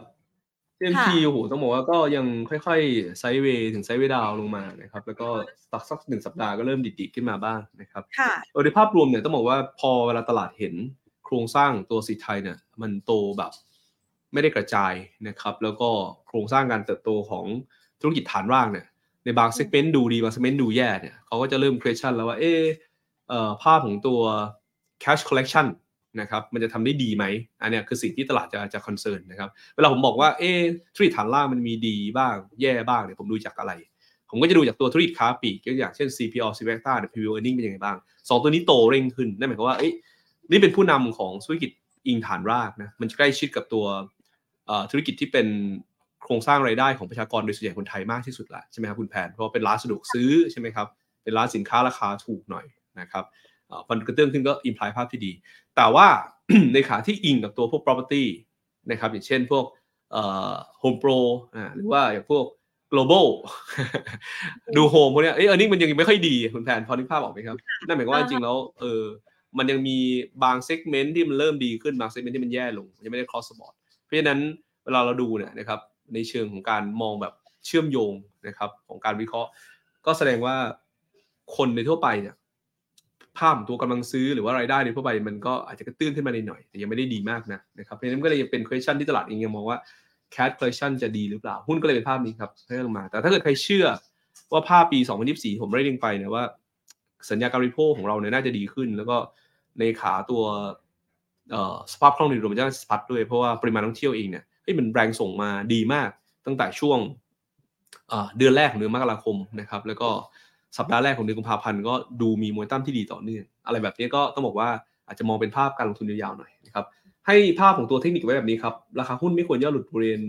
S2: JMT โอ้โหต้องบอกว่าก็ยังค่อยๆไซด์เวย์ถึงไซด์เวย์ดาวลงมานะครับแล้วก็สัก1 สัปดาห์ก็เริ่มดิดๆขึ้นมาบ้างนะครับโดยภาพรวมเนี่ยต้องบอกว่าพอเวลาตลาดเห็นโครงสร้างตัวสิทธิ์ไทยเนี่ยมันโตแบบไม่ได้กระจายนะครับแล้วก็โครงสร้างการเติบโตของธุรกิจฐานรากเนี่ยในบางเซกเมนต์ดูดีบางเซกเมนต์ดูแย่เนี่ยเขาก็จะเริ่ม question แล้วว่าภาพของตัว cash collection นะครับมันจะทำได้ดีไหมอันนี้คือสิ่งที่ตลาดจะคอนเซิร์นนะครับเวลาผมบอกว่าธุรกิจฐานล่างมันมีดีบ้างแย่บ้างเนี่ยผมดูจากอะไรผมก็จะดูจากตัวธุรกิจค้าปลีกอย่างเช่น CPO Civecta เนี่ย PE earning เป็นยังไงบ้าง2ตัวนี้โตเร่งขึ้นนั่นหมายความว่านี่เป็นผู้นำของธุรกิจอิงฐานรากนะมันจะใกล้ชิดกับตัวธุรกิจที่เป็นโครงสร้างรายได้ของประชากรโดยส่วนใหญ่คนไทยมากที่สุดละใช่ไหมครับคุณแพนเพราะเป็นร้านสะดวกซื้อใช่ไหมครับเป็นร้านสินค้าราคาถูกหน่อยนะครับฟันกระเตื้องขึ้นก็อิมพลายภาพที่ดีแต่ว่า ในขาที่อิงกับตัวพวก property นะครับอย่างเช่นพวกHome Pro หรือว่าอย่างพวก global ดู home พวกเนี้ยอันนี้มันยังไม่ค่อยดีคุณแพนพอนึกภาพออกไหมครับนั่นหมายความว่าจริงๆแล้วมันยังมีบางเซกเมนต์ที่มันเริ่มดีขึ้นบางเซกเมนต์ที่มันแย่ลงยังไม่ได้ cross the board เพราะฉะนั้นเวลาเราดูเนี่ยนะครับในเชิงของการมองแบบเชื่อมโยงนะครับของการวิเคราะห์ก็แสดงว่าคนในทั่วไปเนี่ยภาพตัวกำลังซื้อหรือว่ารายได้ในทั่วไปมันก็อาจจะกระตื้นขึ้นมาหน่อยแต่ยังไม่ได้ดีมากนะครับเพราะฉะนั้นก็เลยเป็น question ที่ตลาดเองยังมองว่า cash collection จะดีหรือเปล่าหุ้นก็เลยเป็นภาพนี้ครับเพิ่มมาแต่ถ้าเกิดใครเชื่อว่าภาพปี2024ผมได้เรียงไปนะว่าสัญญาการบริโภคของเราเนี่ยน่าจะดีขึ้นแล้วก็ในขาตัวสภาพคล่องในรวมจะสะพัดด้วยเพราะว่าปริมาณท่องเที่ยวเองเนี่ยมันแรงส่งมาดีมากตั้งแต่ช่วงเดือนแรกของเดือนมกราคมนะครับแล้วก็สัปดาห์แรกของเดือนกุมภาพันธ์ก็ดูมีโมเมนตัมที่ดีต่อเนื่องอะไรแบบนี้ก็ต้องบอกว่าอาจจะมองเป็นภาพการลงทุนยาวๆหน่อยนะครับให้ภาพของตัวเทคนิคไว้แบบนี้ครับราคาหุ้นไม่ควรย่อหลุดบริเวณ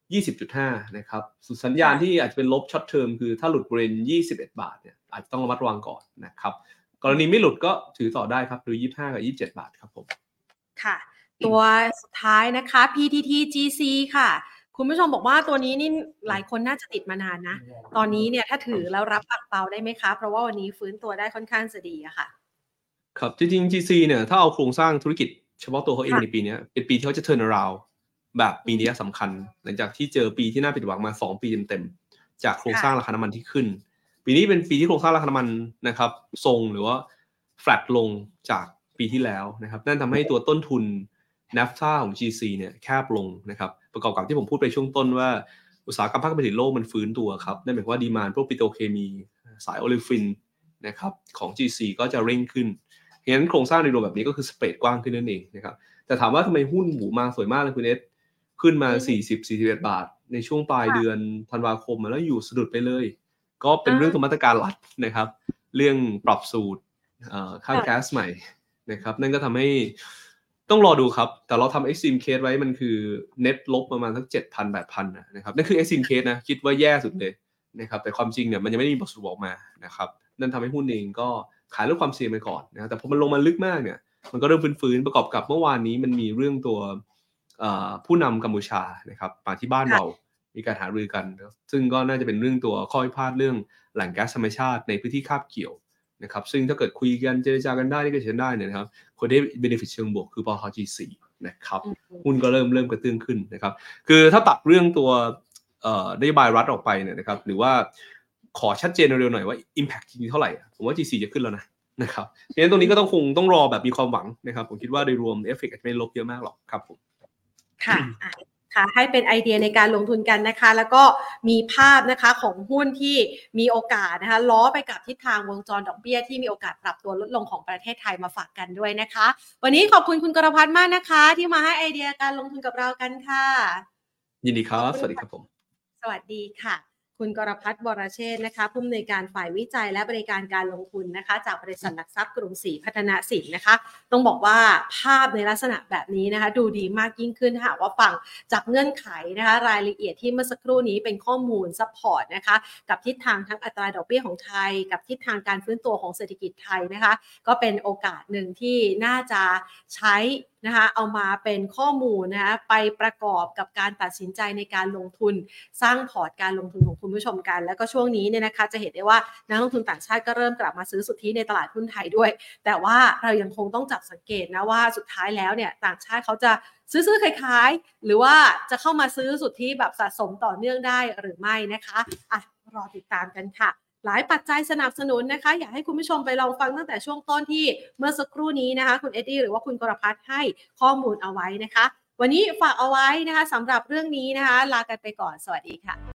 S2: 20.5 นะครับสัญญาณที่อาจจะเป็นลบช็อตเทอมคือถ้าหลุดบริเวณ21 บาทเนี่ยอาจจะต้องระมัดระวังก่อนนะครับกรณีไม่หลุดก็ถือต่อได้ครับดู25กับ27 บาทครับผม
S1: ค่ะตัวสุดท้ายนะคะ PTTGC ค่ะคุณผู้ชมบอกว่าตัวนี้นี่หลายคนน่าจะติดมานานนะตอนนี้เนี่ยถ้าถือแล้วรับอั่งเปาได้ไหมคะเพราะว่าวันนี้ฟื้นตัวได้ค่อนข้างจะดีอะค่ะ
S2: ครับจริงๆ GC เนี่ยถ้าเอาโครงสร้างธุรกิจเฉพาะตัวเขาเองในปีนี้เป็นปีที่เขาจะ turn around แบบปีนี้สำคัญหลังจากที่เจอปีที่น่าผิดหวังมา2 ปีเต็มๆจากโครงสร้างราคาน้ำมันที่ขึ้นปีนี้เป็นปีที่โครงสร้างราคาน้ำมันนะครับทรงหรือว่า flat ลงจากปีที่แล้วนะครับนั่นทำให้ตัวต้นทุน NAFTA ของ GC เนี่ยแคบลงนะครับประกอบกับที่ผมพูดไปช่วงต้นว่าอุตสาหกรรมภาคการผลิตโลกมันฟื้นตัวครับนั่นหมายความว่าดีมานด์พวกปิโตรเคมีสายโอลิฟินนะครับของ GC ก็จะเร่งขึ้นเห็นโครงสร้างในรวมแบบนี้ก็คือสเปรดกว้างขึ้นนั่นเองนะครับแต่ถามว่าทำไมหุ้นหมูมาสวยมากเลยคุณเอสขึ้นมา40-41 บาทในช่วงปลายเดือนธันวาคมแล้วอยู่สะดุดไปเลยก็เป็นเรื่องของมาตรการรัฐนะครับเรื่องปรับสูตรค่าแก๊สใหม่นะครับนั่นก็ทำให้ต้องรอดูครับแต่เราทำ extreme case ไว้มันคือ net ลบประมาณสัก 7,000-8,000 นะครับนั่นคือ extreme case นะคิดว่าแย่สุดเลยนะครับแต่ความจริงเนี่ยมันยังไม่ได้มีบทสรุปออกมานะครับนั่นทำให้หุ้นเองก็ขายลดความเสี่ยงไปก่อนนะแต่พอมันลงมาลึกมากเนี่ยมันก็เริ่มฟื้นๆประกอบกับเมื่อวานนี้มันมีเรื่องตัวผู้นำกัมพูชานะครับมาที่บ้านเรามีการหารือกันซึ่งก็น่าจะเป็นเรื่องตัวข้อพิพาทเรื่องแหล่งแก๊สธรรมชาติในพื้นที่คาบเกี่ยวนะครับซึ่งถ้าเกิดคุยกันเจรจากันได้นี่ก็ใช้ได้นะครับคนได้เบเนฟิตเชิงบวกคือปตท. G4 นะครับหุ้นก็เริ่มกระเตื้องขึ้นนะครับคือถ้าตัดเรื่องตัวนโยบายรัฐออกไปเนี่ยนะครับหรือว่าขอชัดเจนเร็วๆหน่อยว่า impact จริงๆเท่าไหร่ผมว่า G4 จะขึ้นแล้วนะครับเพราะฉะนั้นตรงนี้ก็ต้องรอแบบมีความหวังนะครับผมคิดว่าโดยรวมเอฟเฟกต์อาจจะไม่ลบเยอะมากหรอกครับผม
S1: ค่ะให้เป็นไอเดียในการลงทุนกันนะคะแล้วก็มีภาพนะคะของหุ้นที่มีโอกาสนะคะล้อไปกับทิศทางวงจรดอกเบี้ยที่มีโอกาสปรับตัวลดลงของประเทศไทยมาฝากกันด้วยนะคะวันนี้ขอบคุณคุณกรพัฒน์มากนะคะที่มาให้ไอเดียการลงทุนกับเรากันค่ะ
S2: ยินดีครับสวัสดีครับผม
S1: สวัสดีค่ะคุณกรพัฒน์ วรเชษฐ์นะคะผู้อำนวยการฝ่ายวิจัยและบริการการลงทุนนะคะจากบริษัทหลักทรัพย์กรุงศรีพัฒนสินนะคะต้องบอกว่าภาพในลักษณะแบบนี้นะคะดูดีมากยิ่งขึ้นหากว่าฟังจากเงื่อนไขนะคะรายละเอียดที่เมื่อสักครู่นี้เป็นข้อมูลซัพพอร์ตนะคะกับทิศทางทั้งอัตราดอกเบี้ยของไทยกับทิศทางการฟื้นตัวของเศรษฐกิจไทยนะคะก็เป็นโอกาสหนึ่งที่น่าจะใช้นะคะเอามาเป็นข้อมูลนะคะไปประกอบกับการตัดสินใจในการลงทุนสร้างพอร์ตการลงทุนของคุณผู้ชมกันแล้วก็ช่วงนี้เนี่ยนะคะจะเห็นได้ว่านักลงทุนต่างชาติก็เริ่มกลับมาซื้อสุทธิในตลาดหุ้นไทยด้วยแต่ว่าเรายังคงต้องจับสังเกตนะว่าสุดท้ายแล้วเนี่ยต่างชาติเขาจะซื้อขายหรือว่าจะเข้ามาซื้อสุทธิแบบสะสมต่อเนื่องได้หรือไม่นะคะรอติดตามกันค่ะหลายปัจจัยสนับสนุนนะคะอยากให้คุณผู้ชมไปลองฟังตั้งแต่ช่วงต้นที่เมื่อสักครู่นี้นะคะคุณเอ็ดดี้หรือว่าคุณกรพัฒน์ให้ข้อมูลเอาไว้นะคะวันนี้ฝากเอาไว้นะคะสำหรับเรื่องนี้นะคะลากันไปก่อนสวัสดีค่ะ